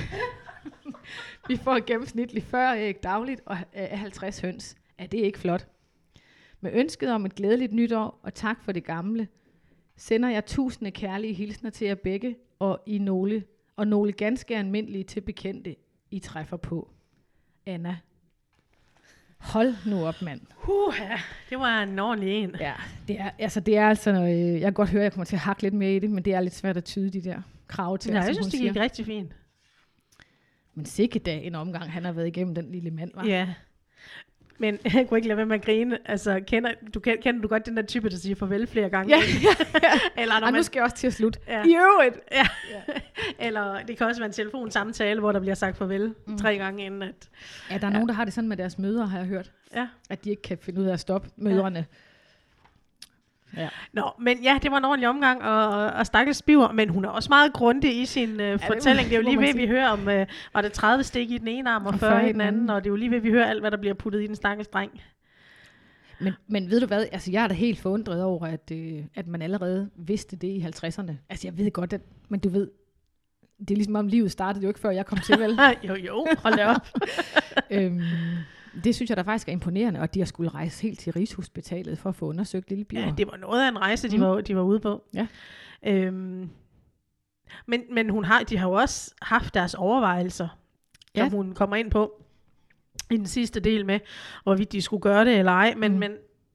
får gennemsnitligt 40 æg dagligt og 50 høns. Er det ikke flot? Med ønsket om et glædeligt nytår og tak for det gamle, sender jeg tusinde kærlige hilsner til jer begge og nogle ganske almindelige til bekendte, I træffer på. Anna. Hold nu op, mand. Det var en ordentlig en. Ja, det er altså jeg kan godt høre, at jeg kommer til at hakke lidt mere i det, men det er lidt svært at tyde de der krav til. Ja, jeg synes, det gik rigtig fint. Men sikke da en omgang, han har været igennem den lille mand, var. Ja. Men jeg kunne ikke lade være med at grine. Altså, kender du godt den der type, der siger farvel flere gange? Ja. Eller når nu skal jeg også til at slutte. Ja. I øvrigt. Ja. Eller det kan også være en telefonsamtale, hvor der bliver sagt farvel 3 gange inden. Ja, der er nogen, der har det sådan med deres mødre, har jeg hørt. Ja. At de ikke kan finde ud af at stoppe mødrene. Ja. Nå, men ja, det var en ordentlig omgang, og stakkels Biver, men hun er også meget grundig i sin fortælling. Det er jo lige ved, vi hører om, var det 30 stik i den ene arm og 40 i den anden, og det er jo lige ved, vi hører alt, hvad der bliver puttet i den stakkels dreng. Men ved du hvad, altså jeg er da helt forundret over, at man allerede vidste det i 50'erne. Altså jeg ved godt, men du ved, det er ligesom om livet startede jo ikke før jeg kom til, vel? jo, hold da op. Det synes jeg da faktisk er imponerende, og de har skulle rejse helt til Rigshospitalet for at få undersøgt lille Biver. Ja, det var noget af en rejse, de var ude på. Ja. Men de har jo også haft deres overvejelser, som hun kommer ind på i den sidste del med, hvorvidt de skulle gøre det eller ej. Men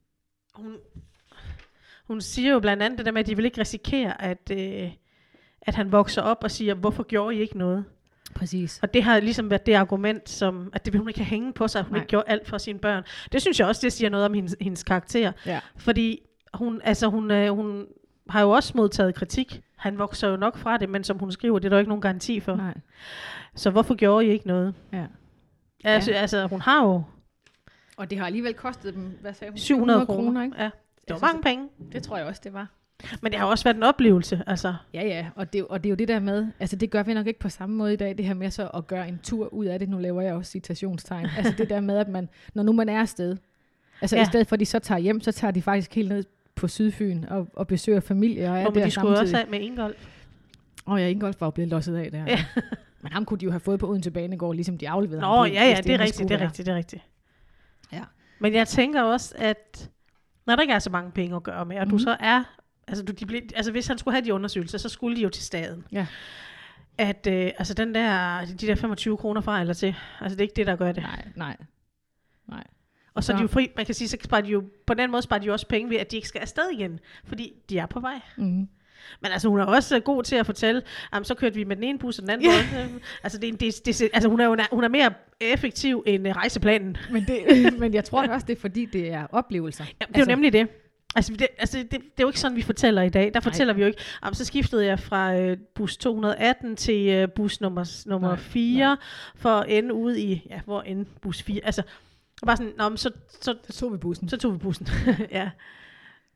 hun siger jo blandt andet det der med, at de vil ikke risikere, at han vokser op og siger, hvorfor gjorde I ikke noget? Præcis. Og det har ligesom været det argument, som at det vil hun ikke have hænge på sig, at hun ikke gjorde alt for sine børn. Det synes jeg også, det siger noget om hendes karakter. Ja. Fordi hun har jo også modtaget kritik. Han vokser jo nok fra det, men som hun skriver, det er der jo ikke nogen garanti for. Nej. Så hvorfor gjorde I ikke noget? Ja. Altså hun har jo... Og det har alligevel kostet dem, hvad sagde hun? 700 kroner, ikke? Ja. Det var mange penge. Det tror jeg også, det var. Men det har også været en oplevelse, altså. Ja, og det er jo det der med, altså det gør vi nok ikke på samme måde i dag, det her med så at gøre en tur ud af det. Nu laver jeg også citationstegn. Altså det der med, at man, når man er afsted, altså i stedet for at de så tager hjem, så tager de faktisk helt ned på Sydfyn og besøger familie og er der samtidig. De skulle også have med Ingolf. Ingolf var jo blevet losset af der. Ja. Men ham kunne de jo have fået på Odense Banegård, ligesom de afleverede ham. Nå, ja, det er rigtigt. Ja. Men jeg tænker også, at når der ikke er så mange penge at gøre med, og du så er, altså hvis han skulle have de undersøgelser, så skulle de jo til staden. Ja. At de der 25 kroner fra eller til, altså det er ikke det, der gør det. Nej. Og så er de jo fri, man kan sige, så sparer de jo, på den måde sparer de jo også penge ved, at de ikke skal afsted igen, fordi de er på vej. Mm. Men altså hun er også god til at fortælle, så kørte vi med den ene bus og den anden altså hun er mere effektiv end rejseplanen. Men jeg tror også, det er fordi, det er oplevelser. Ja, det er jo nemlig det. Altså det er jo ikke sådan, vi fortæller i dag. Der fortæller vi jo ikke. Så skiftede jeg fra bus 218 til bus nummer 4, for at ende ude i, hvor ende bus 4. Altså, bare sådan, så tog vi bussen. Ja.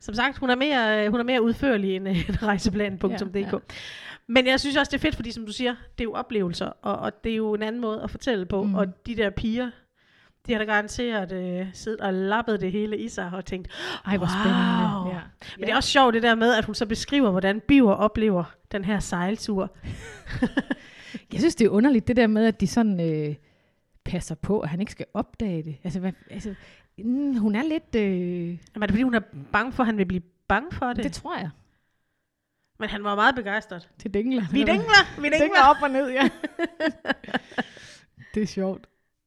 Som sagt, hun er mere udførlig end rejseplan.dk. Ja. Men jeg synes også, det er fedt, fordi som du siger, det er jo oplevelser, og det er jo en anden måde at fortælle på. Og de der piger, de har da garanteret siddet og lappet det hele i sig og tænkt, ej, hvor spændende. Ja. Men det er også sjovt det der med, at hun så beskriver, hvordan Birger oplever den her sejltur. Jeg synes, det er underligt, det der med, at de sådan passer på, at han ikke skal opdage det. Altså, hun er lidt... Men er det fordi, hun er bange for, at han vil blive bange for det? Det tror jeg. Men han var meget begejstret. Til dingler. Vi dingler op og ned, ja. Det er sjovt.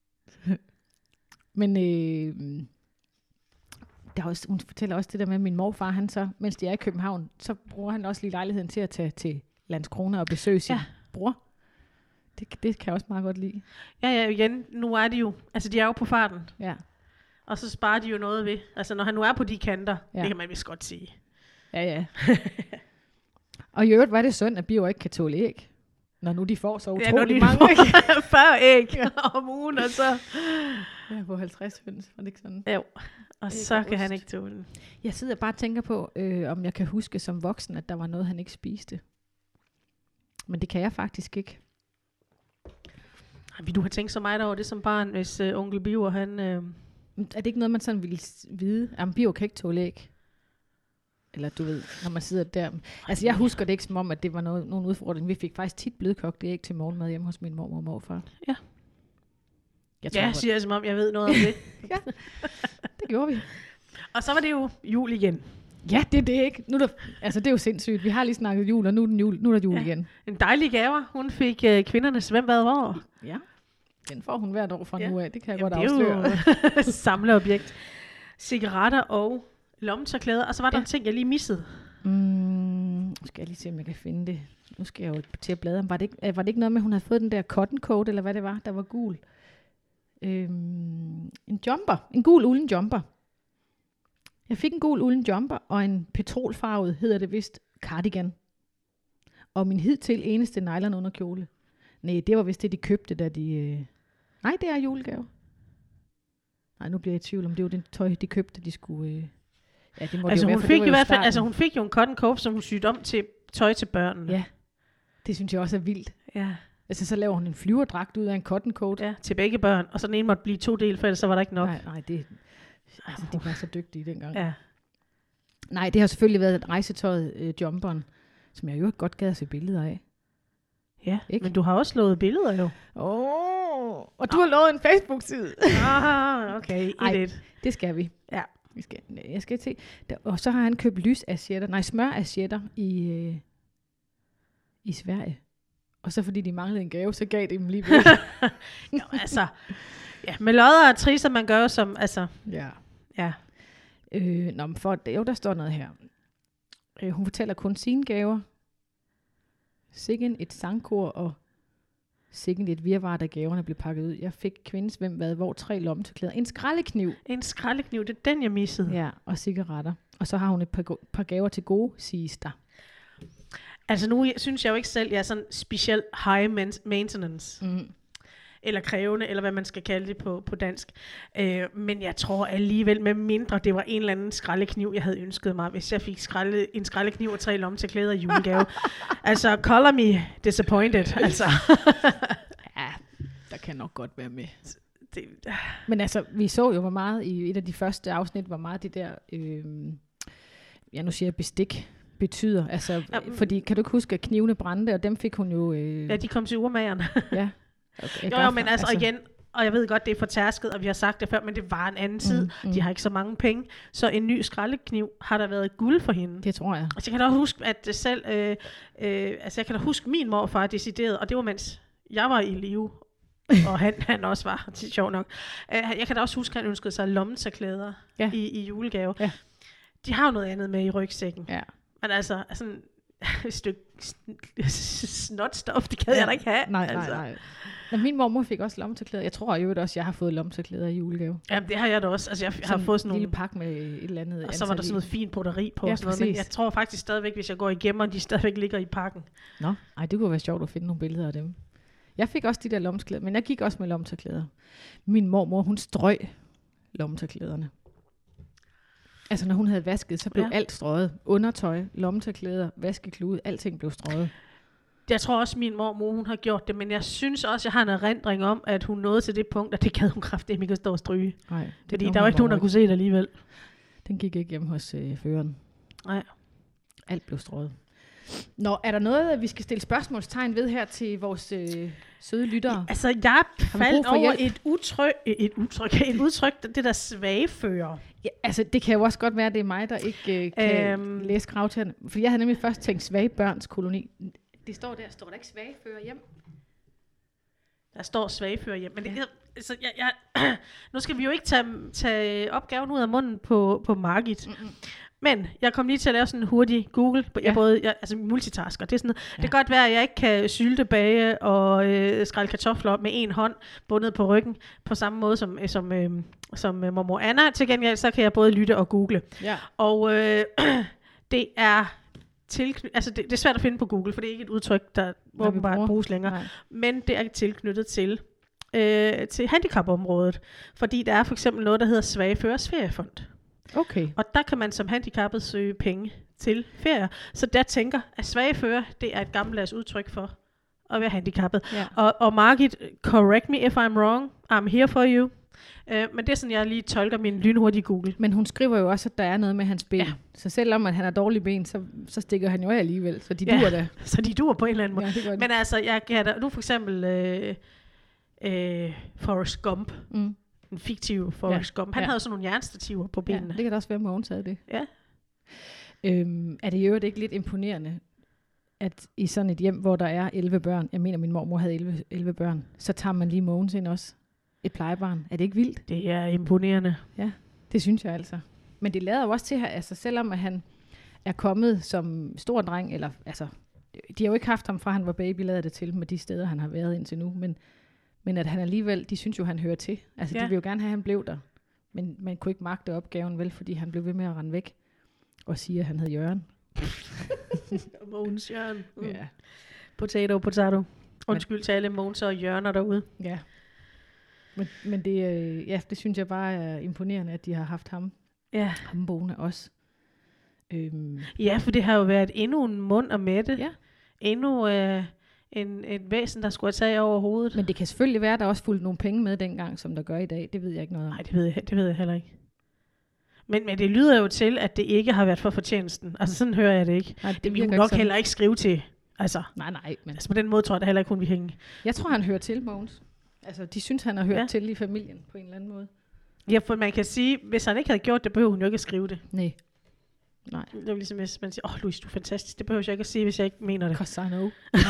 Men hun fortæller også det der med, at min morfar, han så, mens de er i København, så bruger han også lige lejligheden til at tage til Landskrona og besøge sin bror. Det kan jeg også meget godt lide. Ja, igen, nu er de jo, altså de er jo på farten. Ja. Og så sparer de jo noget ved. Altså når han nu er på de kanter, det kan man vist godt sige. Ja. Og i øvrigt var det synd, at Birger ikke kan tåle æg. Når nu de får så utrolig mange. 40 æg om ugen, og så... Ja, på 50 høns, var det ikke sådan? Jo, og så kan han ikke tåle. Jeg sidder bare og tænker på, om jeg kan huske som voksen, at der var noget, han ikke spiste. Men det kan jeg faktisk ikke. Vil du have tænkt så meget over det som barn, hvis onkel Birger, han... Er det ikke noget, man sådan ville vide? Jamen, Birger kan ikke tåle æg. Eller du ved, når man sidder der. Altså, jeg husker det ikke som om, at det var nogen udfordring. Vi fik faktisk tit blødkogte æg til morgenmad hjemme hos min mormor og morfar. Ja. Jeg siger som om, jeg ved noget om det. Ja, det gjorde vi. Og så var det jo jul igen. Ja, det er det ikke. Nu er det er jo sindssygt. Vi har lige snakket jul, og nu er der jul igen. En dejlig gave. Hun fik kvindernes hvem hvad hvor. Ja, den får hun hvert år fra nu af. Det kan jeg godt afsløre. Det er jo samleobjekt. Cigaretter og lommetørklæder. Og så var der en ting, jeg lige missede. Nu skal jeg lige se, om jeg kan finde det. Nu skal jeg jo til at bladre. Var det ikke noget med, at hun havde fået den der cotton coat, eller hvad det var, der var gul? En jumper. En gul ulden jumper. Jeg fik en gul ulden jumper, og en petrolfarvet, hedder det vist, cardigan. Og min hidtil eneste nylon under kjole. Nej, det var vist det, de købte, da de... Nej, det er julegave. Nej, nu bliver jeg i tvivl om, det var den tøj, de købte, de skulle... Ja, det må altså, det jo hun fik i hvert fald, altså hun fik jo en cotton coat, som hun syede om til tøj til børnene. Ja, det synes jeg også er vildt. Ja. Altså, så laver hun en flyverdragt ud af en cotton coat. Ja, til begge børn. Og så den ene måtte blive 2 dele, for ellers så var der ikke nok. Nej, de var så dygtige dengang. Ja. Nej, det har selvfølgelig været rejsetøjet, jumperen, som jeg jo godt gad at se billeder af. Ja, ikke? Men du har også lovet billeder jo. Og du har lovet en Facebook-side. Okay. Ej, det skal vi. Ja. Jeg skal se. Og så har han købt smørassietter i Sverige. Og så fordi de manglede en gave, så gav det dem lige væk. Jo, altså. Ja, med lodder og triser, man gør som, altså. Ja. Der står noget her. Hun fortæller kun sine gaver. Sikken et sangkor og sikken et virvar, da gaverne blev pakket ud. Jeg fik kvindens hvem hvad, hvor 3 lommetørklæder. En skraldekniv. Det er den, jeg missede. Ja, og cigaretter. Og så har hun et par gaver til gode, siges der. Altså nu synes jeg jo ikke selv, jeg er sådan specielt high maintenance. Eller krævende, eller hvad man skal kalde det på dansk. Men jeg tror alligevel, med mindre det var en eller anden skraldekniv, jeg havde ønsket mig, hvis jeg fik en skraldekniv og 3 lommetørklæder i julegave. Altså, color me disappointed. Altså. Ja, der kan nok godt være med. Men altså, vi så jo, hvor meget i et af de første afsnit, hvor meget det der, nu siger jeg bestik, betyder. Altså, fordi, kan du ikke huske, at knivene brændte, og dem fik hun jo... Ja, de kom til urmageren. Ja. Okay, jo, men altså igen, og jeg ved godt, det er fortærsket, og vi har sagt det før, men det var en anden tid. De har ikke så mange penge, så en ny skraldekniv har der været guld for hende. Det tror jeg. Altså, jeg kan da huske, at selv, jeg kan da huske min morfar decideret, og det var mens jeg var i live, og han også var, sjov nok. Jeg kan da også huske, at han ønskede sig lommetørklæder i julegave. Ja. De har jo noget andet med i rygsækken. Ja. Men altså, sådan et stykke snotstof, det kan jeg da ikke have. Nej. Men min mormor fik også lommetørklæder. Jeg tror jo også, jeg har fået lommetørklæder i julegave. Jamen, det har jeg da også. Altså, jeg har fået sådan en lille pakke med et eller andet. Og så var der sådan noget fint broderi på. Ja, og sådan noget. Men jeg tror faktisk stadigvæk, hvis jeg går igennem, de stadigvæk ligger i pakken. Nå, det kunne være sjovt at finde nogle billeder af dem. Jeg fik også de der lommetørklæder, men jeg gik også med lommetørklæder. Min mormor, hun strøg lommetørklæderne. Altså når hun havde vasket, så blev alt strøget. Undertøj, lommetørklæder, vaskeklude, alting blev strøget. Jeg tror også, min mormor, hun har gjort det, men jeg synes også, jeg har en erindring om, at hun nåede til det punkt, at det gad hun kraftedeme ikke at stå og stryge. Nej. Fordi der var ikke nogen, der kunne se det alligevel. Den gik ikke hjem hos føreren. Nej. Alt blev strøget. Nå, er der noget, vi skal stille spørgsmålstegn ved her til vores søde lyttere? Altså, jeg faldt over et udtryk, det der svagefører. Ja, altså, det kan jo også godt være, at det er mig, der ikke kan læse kravtagerne. For jeg havde nemlig først tænkt svage børns koloni. Det står der ikke svagefører hjem? Der står svagefører hjem. Men det, altså, nu skal vi jo ikke tage opgaven ud af munden på Margit. Mm-hmm. Men jeg kom lige til at lave sådan en hurtig Google. Altså multitasker. Det er sådan noget. Ja. Det kan godt være, at jeg ikke kan sylte, bage og skrælle kartofler med en hånd bundet på ryggen på samme måde som mormor Anna. Til gengæld så kan jeg både lytte og google. Ja. Og det er det er svært at finde på Google, for det er ikke et udtryk, der åbenbart bruges længere. Nej. Men det er tilknyttet til handicapområdet. Fordi der er for eksempel noget, der hedder Svageførers Feriefond. Okay. Og der kan man som handicappet søge penge til ferier. Så der tænker, at svagefører, det er et gammeldags udtryk for at være handicappet. Ja. Og Margit, correct me if I'm wrong, I'm here for you. Men det er sådan, jeg lige tolker min lynhurtige Google. Men hun skriver jo også, at der er noget med hans ben. Ja. Så selvom at han har dårlige ben, så stikker han jo af alligevel. Så de dur da. Så de dur på en eller anden måde. Ja, men altså, jeg kan nu for eksempel Forrest Gump. Mm. En fiktiv Forrest Gump. Han havde sådan nogle jernstativer på benene. Ja, det kan da også være, at Mogens havde det. Ja. Er det jo ikke lidt imponerende, at i sådan et hjem, hvor der er 11 børn, jeg mener, min mormor havde 11 børn, så tager man lige Mogens ind også. Et plejebarn. Er det ikke vildt? Det er imponerende. Ja, det synes jeg altså. Men det lader jo også til, altså selvom at han er kommet som stor dreng, eller altså, de har jo ikke haft ham fra, han var baby, lader det til med de steder, han har været indtil nu, men at han alligevel, de synes jo, han hører til. Altså, de vil jo gerne have, at han blev der. Men man kunne ikke magte opgaven, vel, fordi han blev ved med at rende væk og sige, at han hed Jørgen. Mogens Jørgen. Mm. Ja. Potato. Undskyld til alle Mogens og Jørgener derude. Ja. Men det synes jeg bare er imponerende, at de har haft ham. Ja. Ham boende også. Ja, for det har jo været endnu en mund og mætte. Ja. Endnu en væsen, der skulle have taget over hovedet. Men det kan selvfølgelig være, at der også fulgte nogle penge med dengang, som der gør i dag. Det ved jeg ikke noget om. Nej, det ved jeg heller ikke. Men det lyder jo til, at det ikke har været for fortjenesten. Altså sådan hører jeg det ikke. Nej, det vil hun nok heller ikke skrive til. Altså, nej. Men altså på den måde tror jeg da heller ikke, hun vil hænge. Jeg tror, han hører til, Mogens. Altså, de synes, han har hørt til i familien på en eller anden måde. Ja, for man kan sige, hvis han ikke havde gjort det, behøver hun jo ikke at skrive det. Nej. Det er jo ligesom, hvis man siger, Louise, du er fantastisk. Det behøver jeg ikke at sige, hvis jeg ikke mener det. Because I know.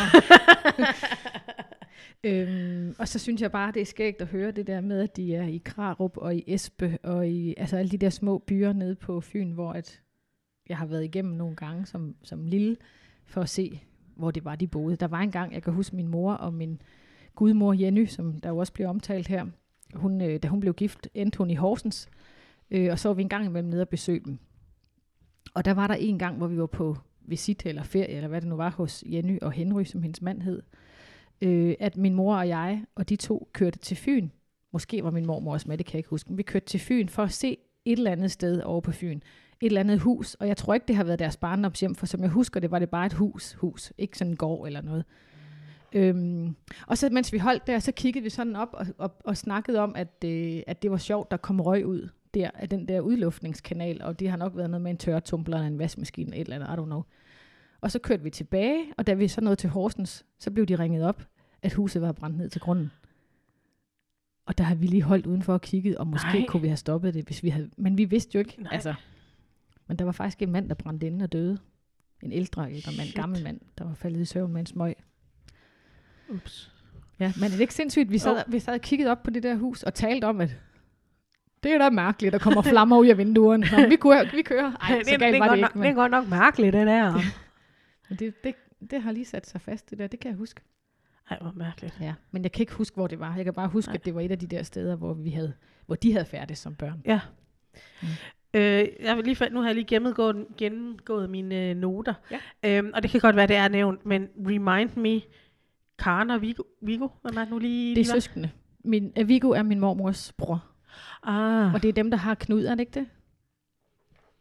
Og så synes jeg bare, det er skægt at høre det der med, at de er i Krarup og i Espe, og i altså alle de der små byer nede på Fyn, hvor at jeg har været igennem nogle gange som lille, for at se, hvor det var, de boede. Der var en gang, jeg kan huske min mor og min gudmor Jenny, som der jo også bliver omtalt her. Da hun blev gift, endte hun i Horsens, og så var vi en gang imellem nede og besøge dem. Og der var der en gang, hvor vi var på visit eller ferie, eller hvad det nu var, hos Jenny og Henry, som hendes mand hed, at min mor og jeg, og de to kørte til Fyn. Måske var min mormor også med, det kan jeg ikke huske. Men vi kørte til Fyn for at se et eller andet sted over på Fyn. Et eller andet hus, og jeg tror ikke, det har været deres barndomshjem, for som jeg husker det, var det bare et hus. Ikke sådan en gård eller noget. Og så mens vi holdt der, så kiggede vi sådan op og snakkede om, at det var sjovt, der kom røg ud der af den der udluftningskanal, og det har nok været noget med en tørretumbler eller en vaskemaskine eller et eller andet, I don't know. Og så kørte vi tilbage, og da vi så nåede til Horsens, så blev de ringet op, at huset var brændt ned til grunden. Og der har vi lige holdt udenfor og kigget, og måske kunne vi have stoppet det, hvis vi havde, men vi vidste jo ikke. Altså. Men der var faktisk en mand, der brændte inde og døde. En ældre mand, gammel mand, der var faldet i søvn med en smøg. Ups. Ja, men er det ikke sindssygt, vi sad og kiggede op på det der hus og talte om, at det er da mærkeligt, der kommer flammer ud af vinduerne. Nå, vi kører. Ej, så galt var det ikke. Det er godt nok mærkeligt, det der. Men det har lige sat sig fast, det der. Det kan jeg huske. Ej, hvor mærkeligt. Ja, men jeg kan ikke huske, hvor det var. Jeg kan bare huske, at det var et af de der steder, hvor de havde færdes som børn. Ja. Nu har jeg lige gennemgået mine noter. Ja. Og det kan godt være, det er nævnt, men remind me, Karen og Viggo, hvad er nu lige? Det er søskende. Viggo er min mormors bror. Og det er dem, der har Knud, er det ikke det?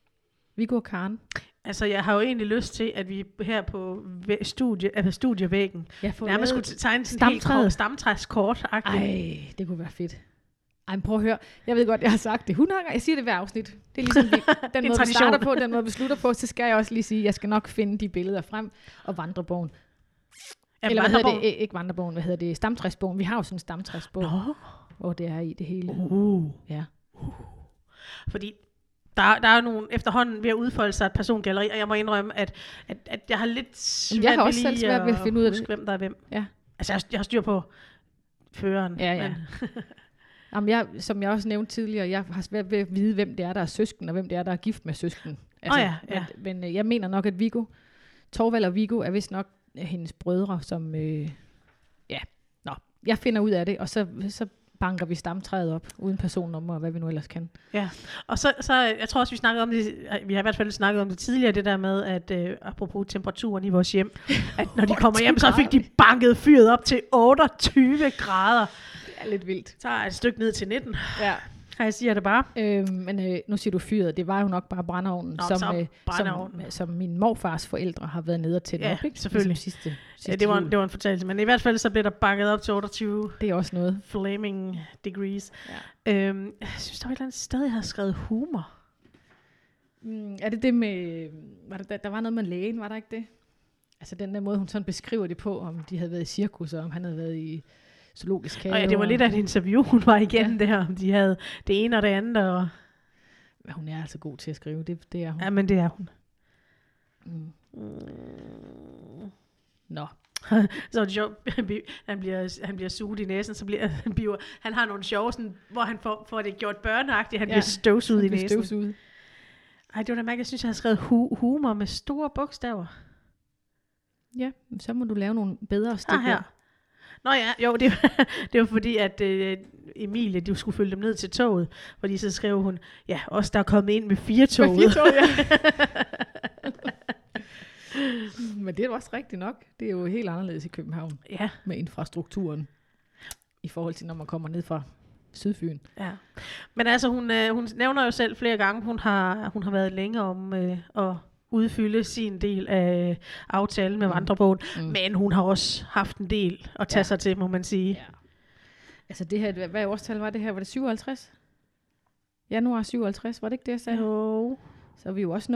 Viggo og Karen. Altså, jeg har jo egentlig lyst til, at vi her på studievæggen nærmest skulle tegne sådan en helt stamtræskort. Ej, det kunne være fedt. Ej, men prøv at høre. Jeg ved godt, jeg har sagt det 100 gange. Jeg siger det hver afsnit. Det er ligesom den måde, vi starter på, den måde, vi slutter på. Så skal jeg også lige sige, at jeg skal nok finde de billeder frem og vandrebogen. Eller hvad hedder det? Ikke vandrebogen, hvad hedder det? Stamtræsbogen. Vi har jo sådan en stamtræsbog, hvor det er i det hele. Ja. Fordi der er jo nogle efterhånden ved at udfolde sig et persongalleri, og jeg må indrømme, at jeg har lidt svært ved at finde ud af det. Hvem der er hvem. Ja. Altså, jeg har styr på føreren. Ja. Jamen, som jeg også nævnte tidligere, jeg har svært ved at vide, hvem det er, der er søsken, og hvem det er, der er gift med søsken. Altså, men jeg mener nok, at Viggo, Torvald og Viggo er vist nok hendes brødre, som... jeg finder ud af det, og så banker vi stamtræet op, uden personnummer og hvad vi nu ellers kan. Ja, og så jeg tror også, vi snakkede om det, vi har i hvert fald snakket om det tidligere, det der med, at apropos temperaturen i vores hjem, at når de kommer hjem, så fik de banket fyret op til 28 grader. Det er lidt vildt. Så er et stykke ned til 19. Ja. Jeg siger det bare. Men nu siger du fyret, det var jo nok bare brændeovnen, som min morfars forældre har været nede og tænde op, ikke? Selvfølgelig. Ligesom sidste det var en fortælling, men i hvert fald så blev der bakket op til 28. Det er også noget. Flaming degrees. Ja. Jeg synes, der var et eller andet sted, jeg havde skrevet humor. Er det med, der var noget med lægen, var der ikke det? Altså den der måde, hun sådan beskriver det på, om de havde været i cirkus, og om han havde været i zoologisk have. Og ja, det var lidt af et interview, hun var igennem det her, om de havde det ene og det andet. Og... Men hun er altså god til at skrive, det er hun. Ja, men det er hun. Nå. Så er det sjovt, han bliver suget i næsen, så bliver han har nogle sjove, sådan, hvor han får det gjort børneagtigt, han bliver støvsuget i næsen. Ej, det var da mærkeligt, jeg synes, jeg havde skrevet humor med store bogstaver. Ja, så må du lave nogle bedre stykker. Her. Nå ja, jo, det var fordi, at Emilie, du skulle følge dem ned til toget, fordi så skrev hun, ja, os der er kommet ind med 4-toget. Med 4-tog, ja. Men det er også rigtigt nok. Det er jo helt anderledes i København. Ja. Med infrastrukturen. I forhold til, når man kommer ned fra Sydfyn. Ja. Men altså, hun nævner jo selv flere gange, hun har været længe om at udfylde sin del af aftalen med vandrebogen. Men hun har også haft en del at tage sig til, må man sige. Ja. Altså det her, hvad årstal var det her? Var det 57? Januar 57, var det ikke det, jeg sagde? Jo. Så er vi jo også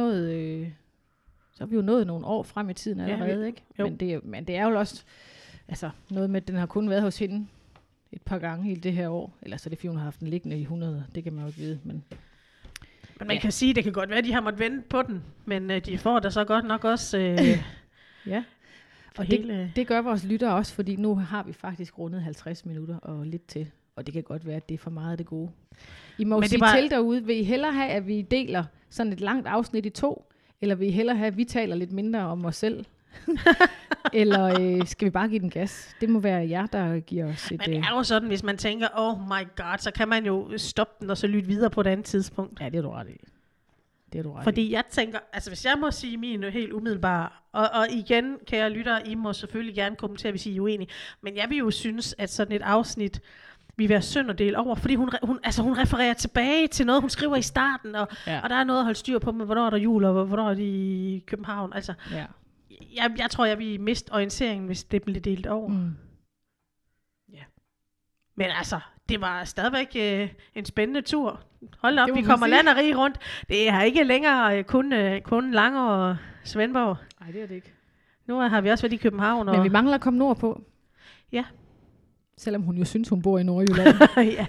nået nogle år frem i tiden allerede, ikke? Men det er jo også noget med, at den har kun været hos hende et par gange i det her år. Eller så er det, fordi hun har haft den liggende i 100. Det kan man jo ikke vide, men man kan sige, det kan godt være, at de har måttet vente på den, men de får da så godt nok også... ja, og det gør vores lyttere også, fordi nu har vi faktisk rundet 50 minutter og lidt til, og det kan godt være, at det er for meget af det gode. I må sige til derude, vil I hellere have, at vi deler sådan et langt afsnit i 2, eller vil I hellere have, at vi taler lidt mindre om os selv? Eller skal vi bare give den gas? Det må være jer, der giver os et... Men det er jo sådan, hvis man tænker, oh my god, så kan man jo stoppe den og så lytte videre på et andet tidspunkt. Ja, det er du ret i. Fordi jeg tænker, altså hvis jeg må sige min helt umiddelbare, og igen, kære lyttere, I må selvfølgelig gerne kommentere, hvis I er uenige, men jeg vil jo synes, at sådan et afsnit vil være synd at dele over, fordi hun refererer tilbage til noget, hun skriver i starten, og der er noget at holde styr på med, hvornår er der jul, og hvornår er de i København, altså... Ja. Jeg tror, jeg vil miste orienteringen, hvis det bliver delt over. Ja. Men altså, det var stadigvæk en spændende tur. Hold op, vi kommer land og rige rundt. Det er ikke længere kun Lange og Svendborg. Nej, det er det ikke. Nu har vi også været i København. Men vi mangler at komme nordpå. Ja. Selvom hun jo synes, hun bor i Nordjylland. Ja.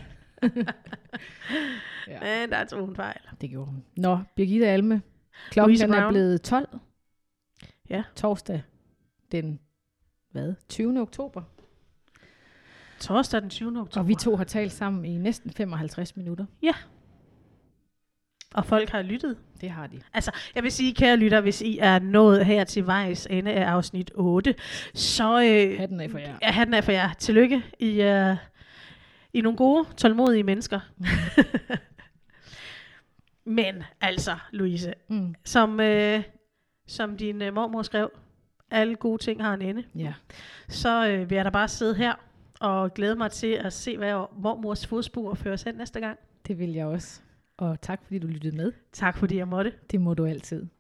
Men der tog hun fejl. Det gjorde hun. Nå, Birgitte Alme. Klokken er blevet 12. Ja. Torsdag den 20. oktober. Torsdag den 20. oktober. Og vi to har talt sammen i næsten 55 minutter. Ja. Og folk har lyttet. Det har de. Altså, jeg vil sige, kære lytter, hvis I er nået her til vejs ende af afsnit 8, så... hatten af for jer. Ja, hatten af for jer. Tillykke. I er nogle gode, tålmodige mennesker. Men altså, Louise, som din mormor skrev, alle gode ting har en ende. Ja. Så vil jeg da bare sidde her og glæde mig til at se, hvad mormors fodspor fører os hen næste gang. Det vil jeg også. Og tak fordi du lyttede med. Tak fordi jeg måtte. Det må du altid.